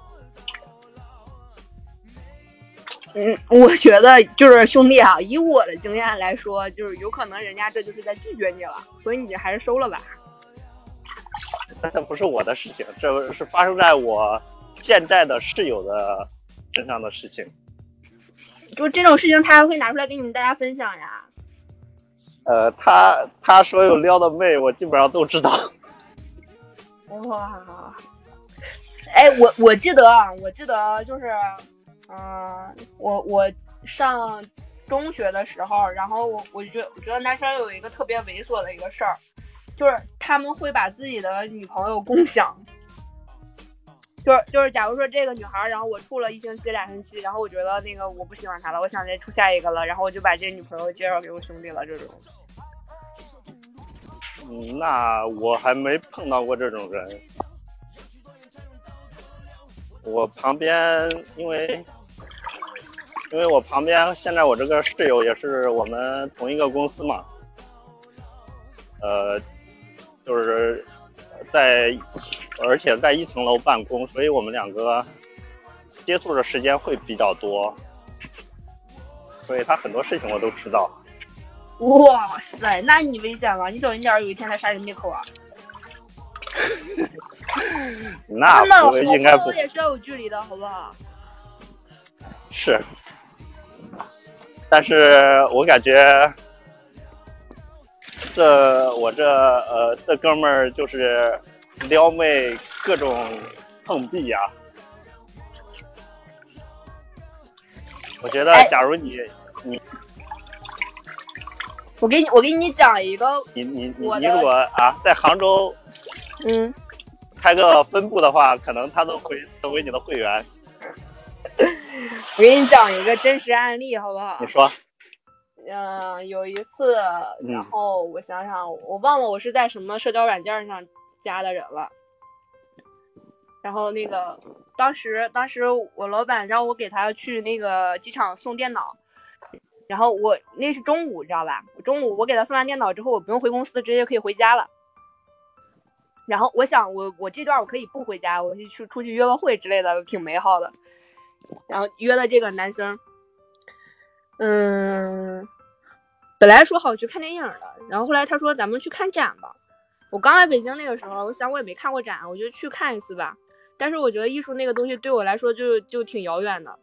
嗯，我觉得就是兄弟啊，以我的经验来说，就是有可能人家这就是在拒绝你了，所以你还是收了吧。 这不是我的事情，这是发生在我现在的室友的身上的事情。 就这种事情，他还会拿出来给你们大家分享呀？ 呃，他他所有撩的妹，我基本上都知道。 哇，哎，我我记得啊，我记得就是。嗯，我我上中学的时候，然后我我觉我觉得男生有一个特别猥琐的一个事儿，就是他们会把自己的女朋友共享，就是就是假如说这个女孩，然后我处了一星期两星期，然后我觉得那个我不喜欢她了，我想再处下一个了，然后我就把这女朋友介绍给我兄弟了，这种。 嗯，那我还没碰到过这种人。我旁边因为。因为我旁边现在我这个室友也是我们同一个公司嘛，呃，就是在而且在一层楼办公，所以我们两个接触的时间会比较多，所以他很多事情我都知道。 哇塞，那你危险了！你走近点，有一天他杀人灭口啊！ 那不会，应该不也是要有距离的，好不好？ 是，但是我感觉这我这呃这哥们儿就是撩妹各种碰壁呀、啊。我觉得，假如你、哎、你， 我给你我给你讲一个， 你你你你如果啊在杭州， 嗯， 开个分部的话，可能他都会成为你的会员。 我给你讲一个真实案例，好不好？ 你说。 嗯、呃，有一次，然后我想想，我忘了我是在什么社交软件上加的人了。然后那个，当时当时我老板让我给他去那个机场送电脑，然后我那是中午，知道吧？中午我给他送完电脑之后，我不用回公司，直接可以回家了。然后我想我，我我这段我可以不回家，我去去出去约个会之类的，挺美好的。然后约的这个男生，嗯，本来说好去看电影的，然后后来他说咱们去看展吧。我刚来北京那个时候，我想我也没看过展，我就去看一次吧。但是我觉得艺术那个东西对我来说就就挺遥远的，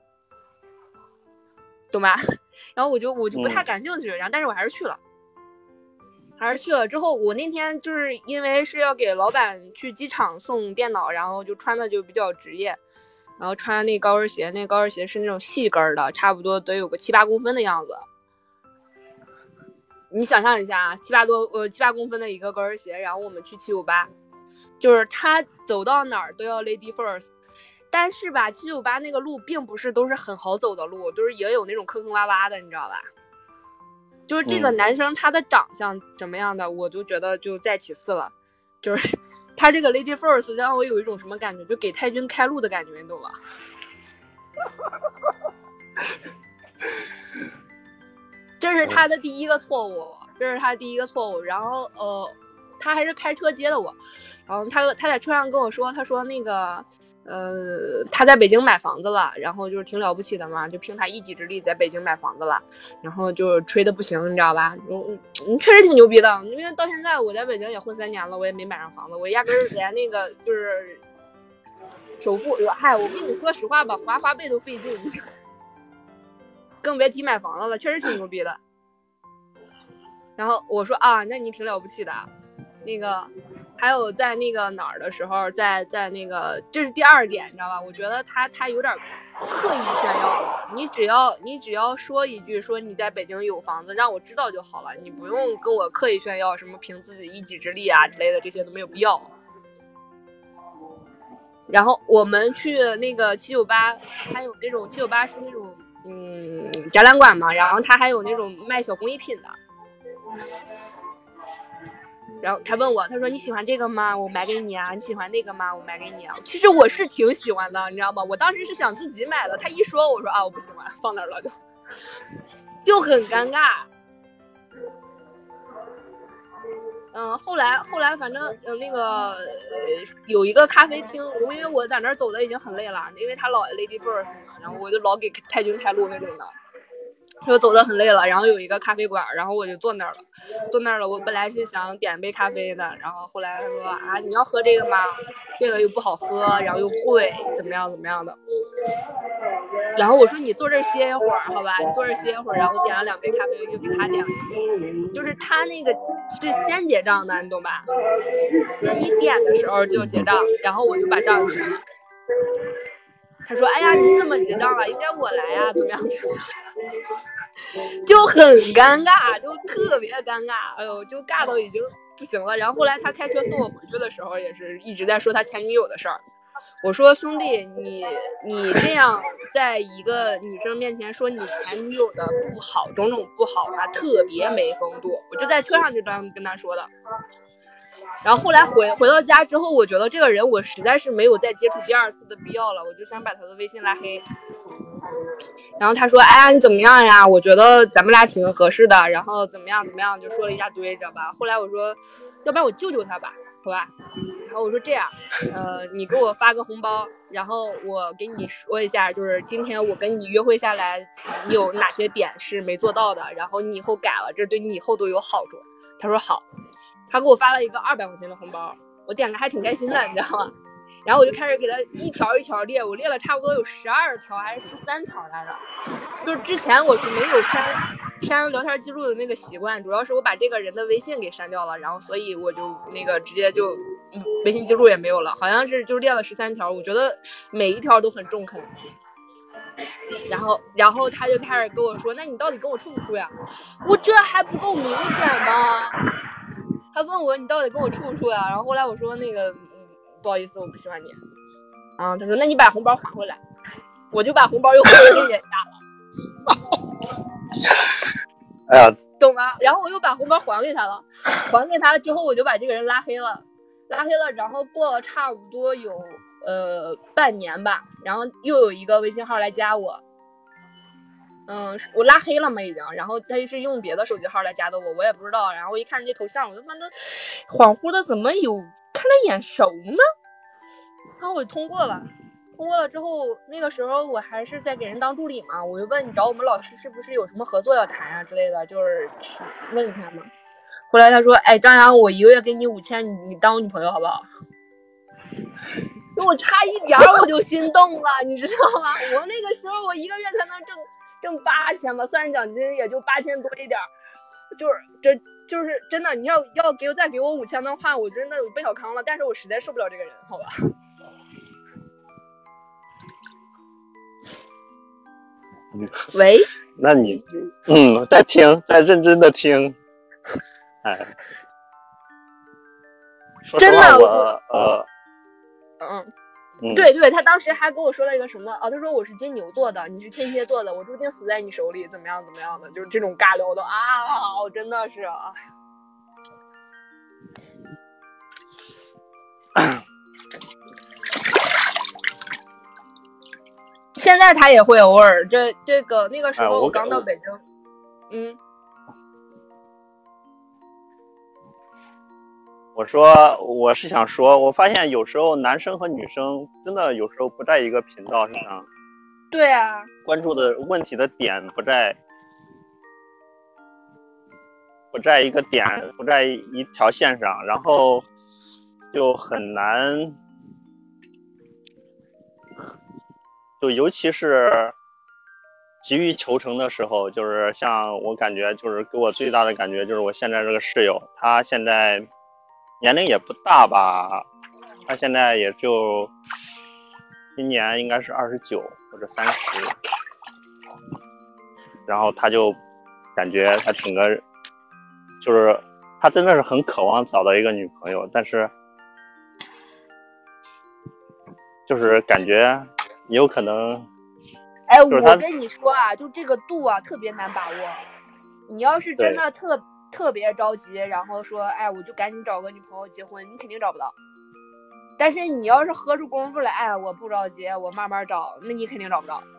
懂吧？然后我就我就不太感兴趣，然后但是我还是去了，还是去了之后，我那天就是因为是要给老板去机场送电脑，然后就穿的就比较职业。然后穿那高跟鞋，那高跟鞋是那种细跟的，差不多得有个七八公分的样子。你想象一下啊，七八多呃七八公分的一个高跟鞋，然后我们去七九八，就是他走到哪儿都要 lady first。但是吧，七九八那个路并不是都是很好走的路，就是也有那种坑坑洼洼的，你知道吧？就是这个男生他的长相怎么样的，我就觉得就在其次了，就是。他这个 lady first 让我有一种什么感觉，就给太君开路的感觉，你懂吧？这是他的第一个错误，这是他第一个错误。然后呃，他还是开车接的我，然后他他在车上跟我说，他说那个呃他在北京买房子了，然后就是挺了不起的嘛，就凭他一己之力在北京买房子了，然后就吹的不行，你知道吧？嗯，确实挺牛逼的，因为到现在我在北京也混三年了，我也没买上房子，我压根儿连那个就是首付，嗨，我跟你说实话吧，花花呗都费劲，更别提买房子了，确实挺牛逼的。然后我说啊，那你挺了不起的，那个。还有在那个哪儿的时候，在在那个，这是第二点，你知道吧？我觉得他他有点刻意炫耀。你只要你只要说一句说你在北京有房子，让我知道就好了，你不用跟我刻意炫耀什么凭自己一己之力啊之类的，这些都没有必要。然后我们去那个七九八，还有那种七九八是那种嗯展览馆嘛，然后他还有那种卖小工艺品的。然后他问我，他说你喜欢这个吗？我买给你啊。你喜欢那个吗？我买给你啊。其实我是挺喜欢的，你知道吗？我当时是想自己买的，他一说，我说啊，我不喜欢，放那儿了就，就很尴尬。嗯，后来后来反正嗯那个、呃、有一个咖啡厅，因为我在那儿走的已经很累了，因为他老 lady first 嘛，然后我就老给太君开路那种的。我走得很累了，然后有一个咖啡馆，然后我就坐那儿了，坐那儿了。我本来是想点杯咖啡的，然后后来他说啊，你要喝这个吗？这个又不好喝，然后又贵，怎么样怎么样的。然后我说你坐这儿歇一会儿，好吧？你坐这儿歇一会儿，然后我点了两杯咖啡，就给他点了一杯，就是他那个是先结账的，你懂吧？就是你点的时候就结账，然后我就把账结了。他说：“哎呀，你怎么结账了？应该我来呀，怎么样怎么样？”就很尴尬，就特别尴尬，哎呦，就尬到已经不行了。然后后来他开车送我回去的时候，也是一直在说他前女友的事儿。我说：“兄弟，你你这样在一个女生面前说你前女友的不好，种种不好，他特别没风度。”我就在车上就这样跟他说的。然后后来回回到家之后，我觉得这个人我实在是没有再接触第二次的必要了，我就想把他的微信拉黑。然后他说：“哎呀，你怎么样呀？我觉得咱们俩挺合适的。然后怎么样怎么样，就说了一大堆，知道吧？后来我说，要不然我救救他吧。 说吧。然后我说这样，呃，你给我发个红包，然后我给你说一下，就是今天我跟你约会下来，你有哪些点是没做到的，然后你以后改了，这对你以后都有好处。他说好，他给我发了一个二百块钱的红包，我点的还挺开心的，你知道吗？然后我就开始给他一条一条列，我列了差不多有十二条还是十三条来着。就是之前我是没有删删聊天记录的那个习惯，主要是我把这个人的微信给删掉了，然后所以我就那个直接就微信记录也没有了，好像是就列了十三条，我觉得每一条都很中肯。然后然后他就开始跟我说，那你到底跟我处不处呀？我这还不够明显吗？他问我你到底跟我处不处呀？然后后来我说那个、嗯、不好意思，我不喜欢你。啊，他说那你把红包还回来，我就把红包又还给人家了。 哎呀， 懂吗？然后我又把红包还给他了，还给他了之后，我就把这个人拉黑了，拉黑了。然后过了差不多有呃半年吧，然后又有一个微信号来加我，嗯，我拉黑了嘛已经，然后他是用别的手机号来加的我，我也不知道。然后我一看这头像，我就妈的恍惚的怎么有看着眼熟呢？然后我就通过了。通过了之后，那个时候我还是在给人当助理嘛，我就问你找我们老师是不是有什么合作要谈啊之类的，就是去问一下嘛。后来他说，哎，张扬，我一个月给你五千，你你当我女朋友好不好？我差一点我就心动了，你知道吗？我那个时候我一个月才能挣挣八千吧，算上奖金也就八千多一点，就是这就是真的，你要要给我再给我五千的话，我真的有奔小康了，但是我实在受不了这个人，好吧。喂， 那你嗯，在听，在认真的听，哎，说实话，我呃， 嗯， 嗯对对，他当时还跟我说了一个什么啊？他说我是金牛座的，你是天蝎座的，我注定死在你手里，怎么样怎么样的，就是这种尬聊的啊，我真的是啊。现在他也会偶尔，这这个那个时候我刚到北京，哎、嗯， 我说我是想说，我发现有时候男生和女生真的有时候不在一个频道上， 对啊， 关注的问题的点不在不在一个点，不在一条线上，然后就很难。就尤其是急于求成的时候，就是像我感觉，就是给我最大的感觉就是我现在这个室友，他现在年龄也不大吧，他现在也就今年应该是二十九或者三十，然后他就感觉他整个就是他真的是很渴望找到一个女朋友，但是就是感觉也有可能， 哎，我跟你说啊，就这个度啊，特别难把握。你要是真的特特别着急，然后说，哎，我就赶紧找个女朋友结婚，你肯定找不到。但是你要是合出功夫来，哎，我不着急，我慢慢找，那你肯定找不着。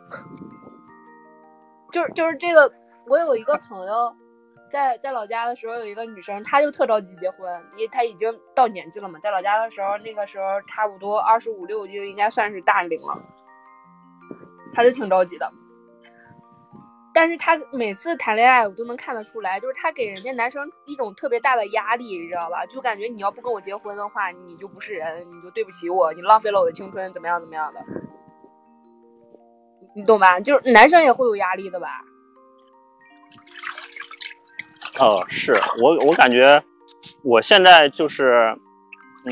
就是就是这个，我有一个朋友，在在老家的时候，有一个女生，她就特着急结婚，因为她已经到年纪了嘛，在老家的时候，那个时候差不多二十五六就应该算是大龄了。他就挺着急的，但是他每次谈恋爱我都能看得出来，就是他给人家男生一种特别大的压力，你知道吧？就感觉你要不跟我结婚的话，你就不是人，你就对不起我，你浪费了我的青春，怎么样怎么样的，你懂吧？就是男生也会有压力的吧？ 哦，是我我感觉我现在就是，嗯，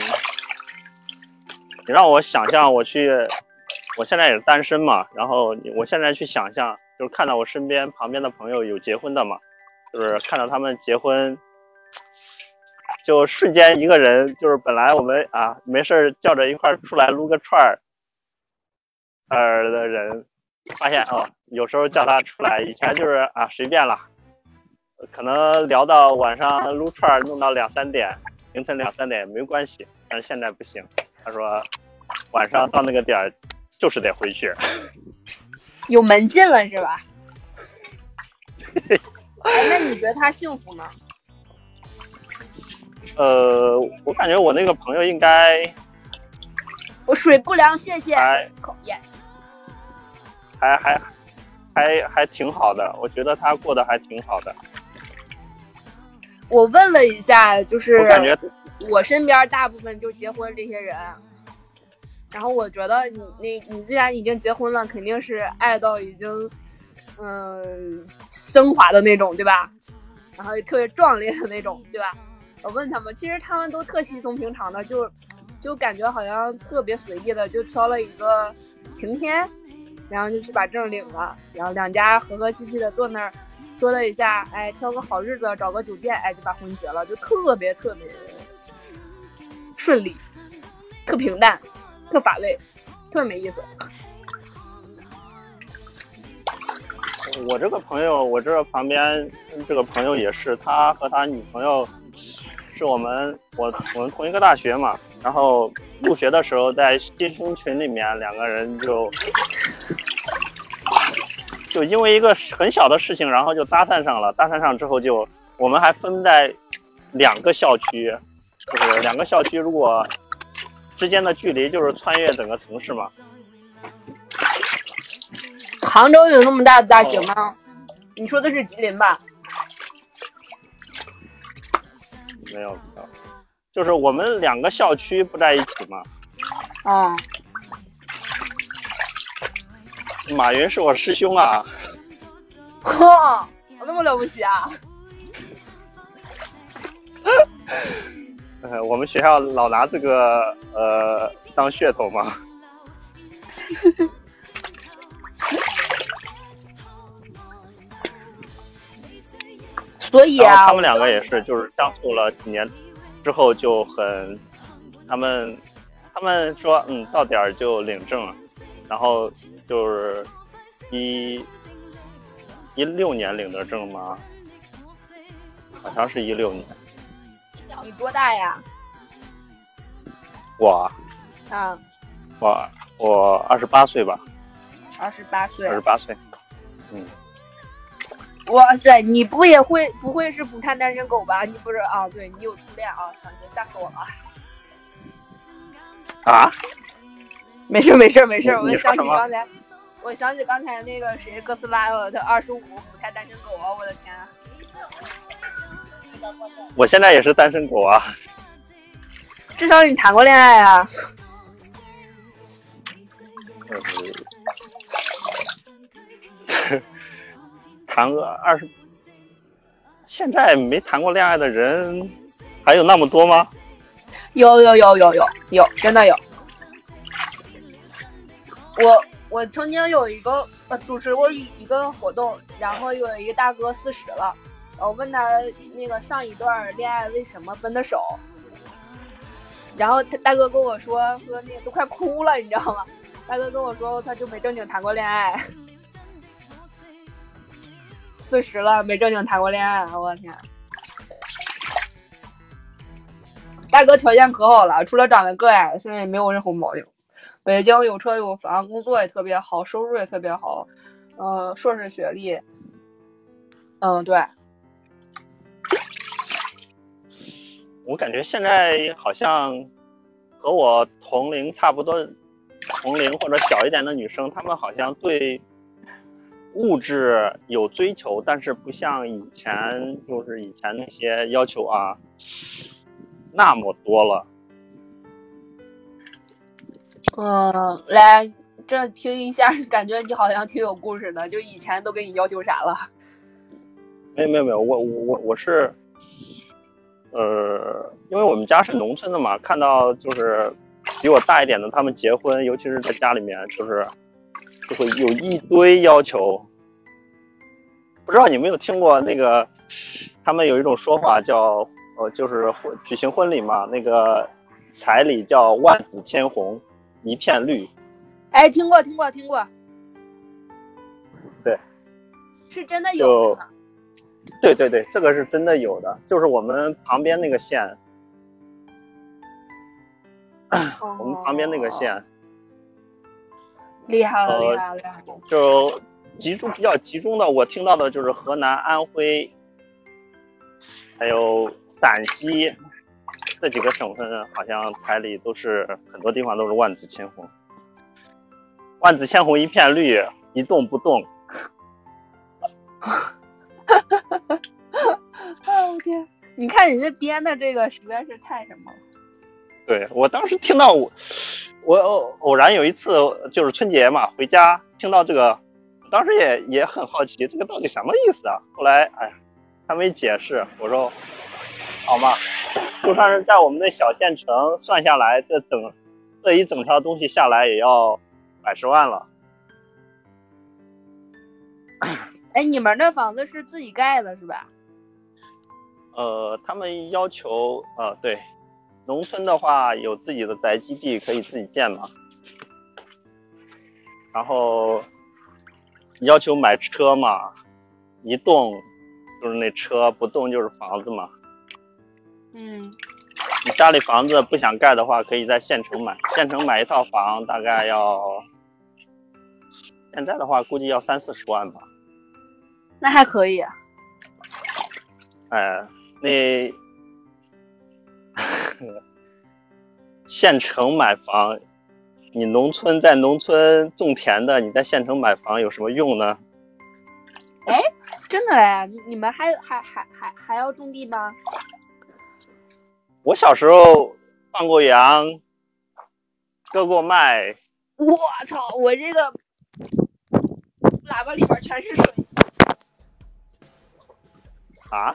你让我想象我去。我现在也是单身嘛，然后我现在去想象，就是看到我身边旁边的朋友有结婚的嘛，就是看到他们结婚，就瞬间一个人，就是本来我们啊没事叫着一块出来撸个串儿，呃的人，发现哦，有时候叫他出来，以前就是啊随便了，可能聊到晚上撸串儿弄到两三点，凌晨两三点没关系，但是现在不行，他说晚上到那个点儿。就是得回去， 有门禁了是吧？哎，那你觉得他幸福吗？ 呃，我感觉我那个朋友应该我水不凉，谢谢。 还考验， 还还还还挺好的，我觉得他过得还挺好的。 我问了一下，就是我感觉我身边大部分就结婚这些人，然后我觉得你那你既然已经结婚了，肯定是爱到已经嗯、呃、升华的那种，对吧？然后特别壮烈的那种，对吧？我问他们，其实他们都特稀松平常的，就就感觉好像特别随意的，就挑了一个晴天，然后就去把证领了，然后两家和和气气的坐那儿说了一下，哎，挑个好日子，找个酒店，哎，就把婚结了，就特别特别顺利，特平淡，特法味，特别没意思。 我这个朋友，我这旁边这个朋友也是，他和他女朋友是我们我我们同一个大学嘛，然后入学的时候在新生群里面，两个人就就因为一个很小的事情，然后就搭讪上了，搭讪上之后就我们还分在两个校区，就是两个校区如果之间的距离就是穿越整个城市嘛。 杭州有那么大的大学吗？哦、你说的是吉林吧？ 没有，没有，就是我们两个校区不在一起嘛。 哦。 马云是我师兄啊。 嚯，那么了不起啊！ 呃，我们学校老拿这个呃当噱头嘛。 所以啊， 他们两个也是，就是相处了几年之后就很，他们他们说嗯到点儿就领证了，然后就是一一六年领的证吗？好像是一六年。 你多大呀？ 我啊， 我我二十八岁吧。 二十八岁。 二十八岁。嗯。 哇塞，你不也会不会是不看单身狗吧？你不是啊？对，你有初恋啊！想姐吓死我了。 啊？ 没事没事没事，我想起刚才，我想起刚才那个谁哥斯拉了，他二十五不看单身狗啊！我的天、啊！ 我现在也是单身狗啊。 至少你谈过恋爱啊。 嗯谈个二十，现在没谈过恋爱的人还有那么多吗？ 有有有有有有，真的有。我我曾经有一个呃主持过一个活动，然后有一个大哥四十了，我问他那个上一段恋爱为什么分的手，然后他大哥跟我说说那个都快哭了，你知道吗？大哥跟我说他就没正经谈过恋爱。四十了没正经谈过恋爱，我天！大哥条件可好了，除了长得个矮，虽然也没有任何毛病。北京有车有房，工作也特别好，收入也特别好，呃，硕士学历。嗯，对。 我感觉现在好像和我同龄差不多，同龄或者小一点的女生，她们好像对物质有追求，但是不像以前，就是以前那些要求啊那么多了。 嗯，来这听一下，感觉你好像挺有故事的。就以前都给你要求啥了？ 没有没有没有，我我我是，呃，因为我们家是农村的嘛，看到就是比我大一点的他们结婚，尤其是在家里面，就是就会有一堆要求。不知道你有没有听过那个，他们有一种说法叫，呃，就是婚举行婚礼嘛，那个彩礼叫万紫千红，一片绿。 哎，听过听过听过。 对， 是真的有吗？ 对对对，这个是真的有的，就是我们旁边那个县，哦、我们旁边那个县， 厉害了， 呃、 厉害了，厉害了！ 就集中比较集中的，我听到的就是河南、安徽，还有陕西， 这几个省份好像彩礼都是很多地方都是万紫千红，万紫千红一片绿，一动不动。 哎我天！你看人家编的这个实在是太什么了。 对，我当时听到我，我偶然有一次就是春节嘛，回家听到这个，当时也也很好奇，这个到底什么意思啊？后来哎呀，他没解释，我说好嘛，就算是在我们的小县城算下来，这整这一整条东西下来也要百十万了。 哎，你们这房子是自己盖的是吧？ 呃，他们要求呃，对，农村的话有自己的宅基地可以自己建嘛，然后要求买车嘛，一动就是那车，不动就是房子嘛。 嗯， 你家里房子不想盖的话，可以在县城买，县城买一套房大概要，现在的话估计要三四十万吧。 那还可以。 哎，那县城买房，你农村在农村种田的，你在县城买房有什么用呢？ 哎，真的哎，你们还还还还还要种地吗？ 我小时候放过羊，割过麦。 我操！我这个喇叭里边全是水。 啊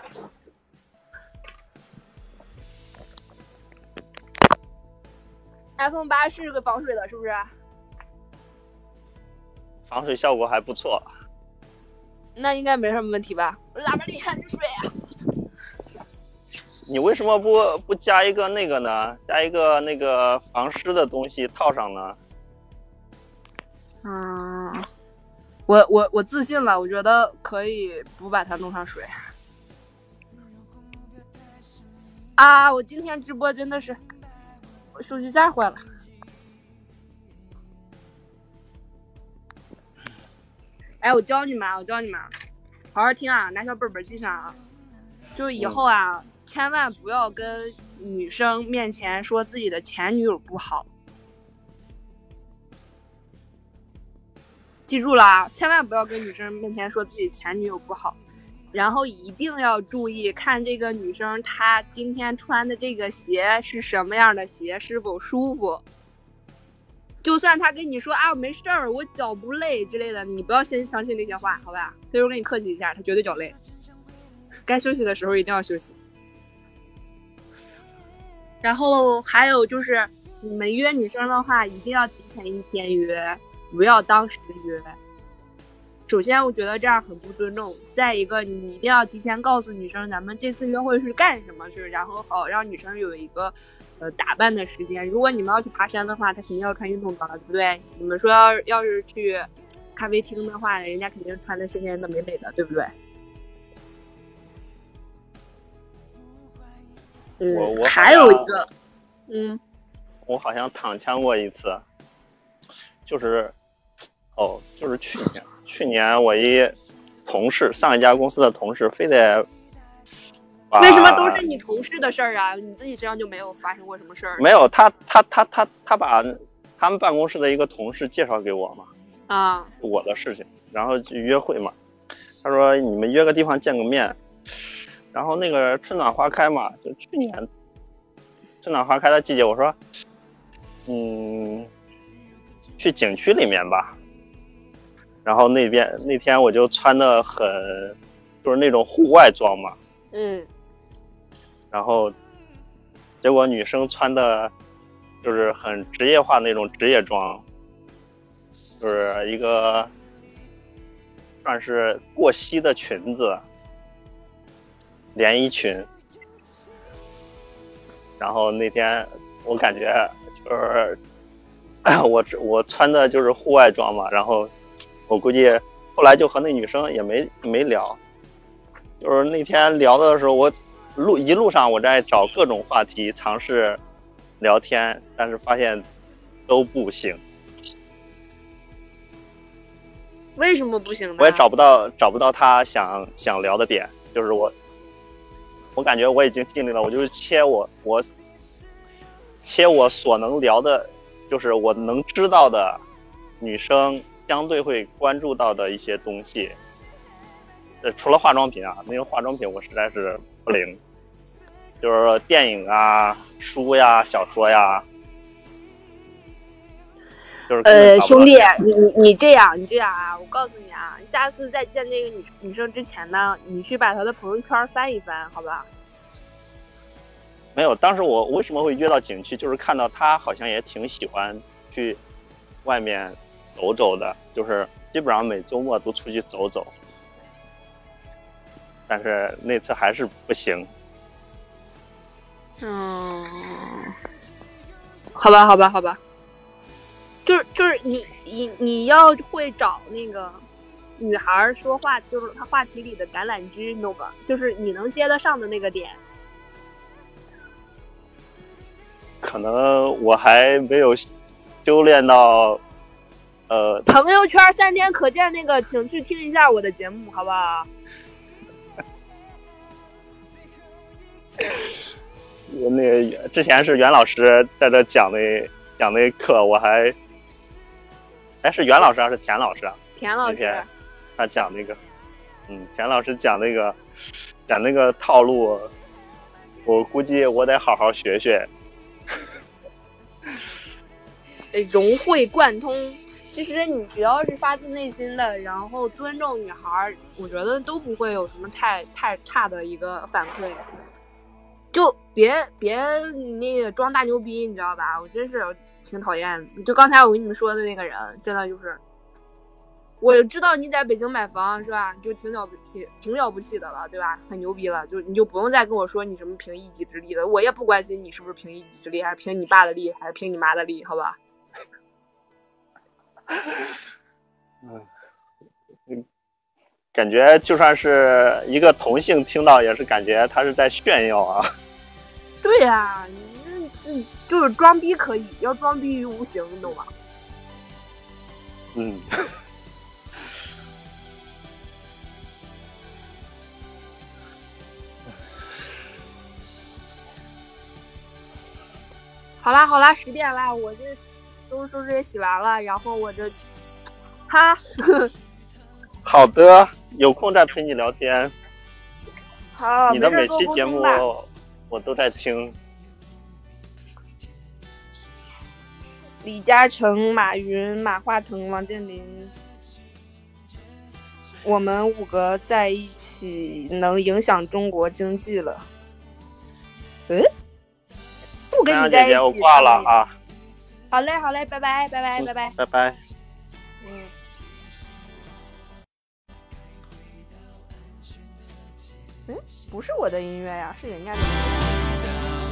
？iPhone 八是个防水的，是不是？ 防水效果还不错。 那应该没什么问题吧？我喇叭里全是水啊！ 你为什么不不加一个那个呢？加一个那个防湿的东西套上呢？ 嗯，我我我自信了，我觉得可以不把它弄上水。啊！我今天直播真的是，我手机架坏了。哎，我教你们啊，我教你们，好好听啊，拿小本本记上啊。就以后啊，嗯、千万不要跟女生面前说自己的前女友不好。记住了啊，千万不要跟女生面前说自己前女友不好。然后一定要注意看这个女生她今天穿的这个鞋是什么样的鞋，是否舒服。就算她跟你说啊没事儿，我脚不累之类的，你不要先相信这些话，好吧？她就跟你客气一下，她绝对脚累。该休息的时候一定要休息。然后还有就是，你们约女生的话，一定要提前一天约，不要当时约。首先我觉得这样很不尊重，再一个你一定要提前告诉女生咱们这次约会是干什么去，然后好让女生有一个呃打扮的时间。如果你们要去爬山的话，她肯定要穿运动装，对不对？你们说要要是去咖啡厅的话，人家肯定穿的鲜鲜的美美的，对不对？嗯， 我我还有一个，嗯， 我好像躺枪过一次，就是哦，就是去年，去年我一同事，上一家公司的同事，非得把为什么都是你同事的事儿啊？你自己身上就没有发生过什么事儿？ 没有，他他他他他把他们办公室的一个同事介绍给我嘛， 啊， 我的事情，然后就约会嘛。他说你们约个地方见个面，然后那个春暖花开嘛，就去年春暖花开的季节，我说，嗯，去景区里面吧。然后那边那天我就穿的很，就是那种户外装嘛， 嗯， 然后结果女生穿的就是很职业化那种职业装，就是一个算是过膝的裙子，连衣裙。然后那天我感觉就是我我穿的就是户外装嘛，然后我估计后来就和那女生也没没聊，就是那天聊的时候，我路一路上我在找各种话题尝试聊天，但是发现都不行。 为什么不行呢？ 我也找不到找不到他想想聊的点，就是我我感觉我已经尽力了，我就是切我我且我所能聊的，就是我能知道的女生相对会关注到的一些东西。呃，除了化妆品啊，那个化妆品我实在是不灵，就是电影啊、书呀、小说呀，就是呃，兄弟，你你这样，你这样啊，我告诉你啊，下次再见这个女女生之前呢，你去把她的朋友圈翻一翻，好吧？ 没有，当时我为什么会约到景区，就是看到她好像也挺喜欢去外面走走的，就是基本上每周末都出去走走。但是那次还是不行。 嗯，好吧，好吧，好吧。就是就是你你你要会找那个女孩说话，就是她话题里的橄榄枝，你懂吗？就是你能接得上的那个点。 可能我还没有修炼到，呃， 朋友圈三天可见那个，请去听一下我的节目，好不好？ 那个之前是袁老师在这讲那讲那课，我还，哎，是袁老师还是田老师啊？ 田老师， 他讲那个，嗯，田老师讲那个讲那个套路，我估计我得好好学学。 融会贯通，其实你只要是发自内心的，然后尊重女孩，我觉得都不会有什么太太差的一个反馈。就别别那个装大牛逼，你知道吧？我真是挺讨厌的。就刚才我跟你们说的那个人，真的就是，我知道你在北京买房是吧？就挺了不起，挺了不起的了，对吧？很牛逼了，就你就不用再跟我说你什么凭一己之力了，我也不关心你是不是凭一己之力，还是凭你爸的力，还是凭你妈的力，好吧？ 嗯，感觉就算是一个同性听到，也是感觉他是在炫耀啊。 对呀、啊，你这就是装逼可以，要装逼于无形，你懂吗？ 嗯。 好啦好啦，十点啦，我这收拾收拾也洗完了，然后我这，哈。 好的，有空再陪你聊天。 好， 你的每期节目我都在听。 李嘉诚、马云、马化腾、王健林，我们五个在一起能影响中国经济了。嗯，不跟你在一起， 我挂了啊。 好嘞，好嘞，拜拜，拜拜，拜拜， 拜拜。 嗯。嗯，不是我的音乐呀，是人家的音乐。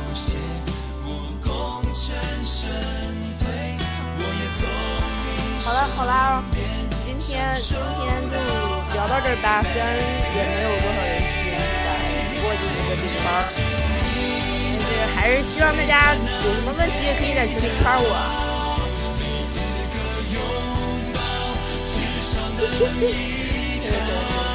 好了好了，今天今天就聊到这儿吧，虽然也没有多少人听吧，不过就是个这圈儿，但是还是希望大家有什么问题也可以在群里圈我。对对对。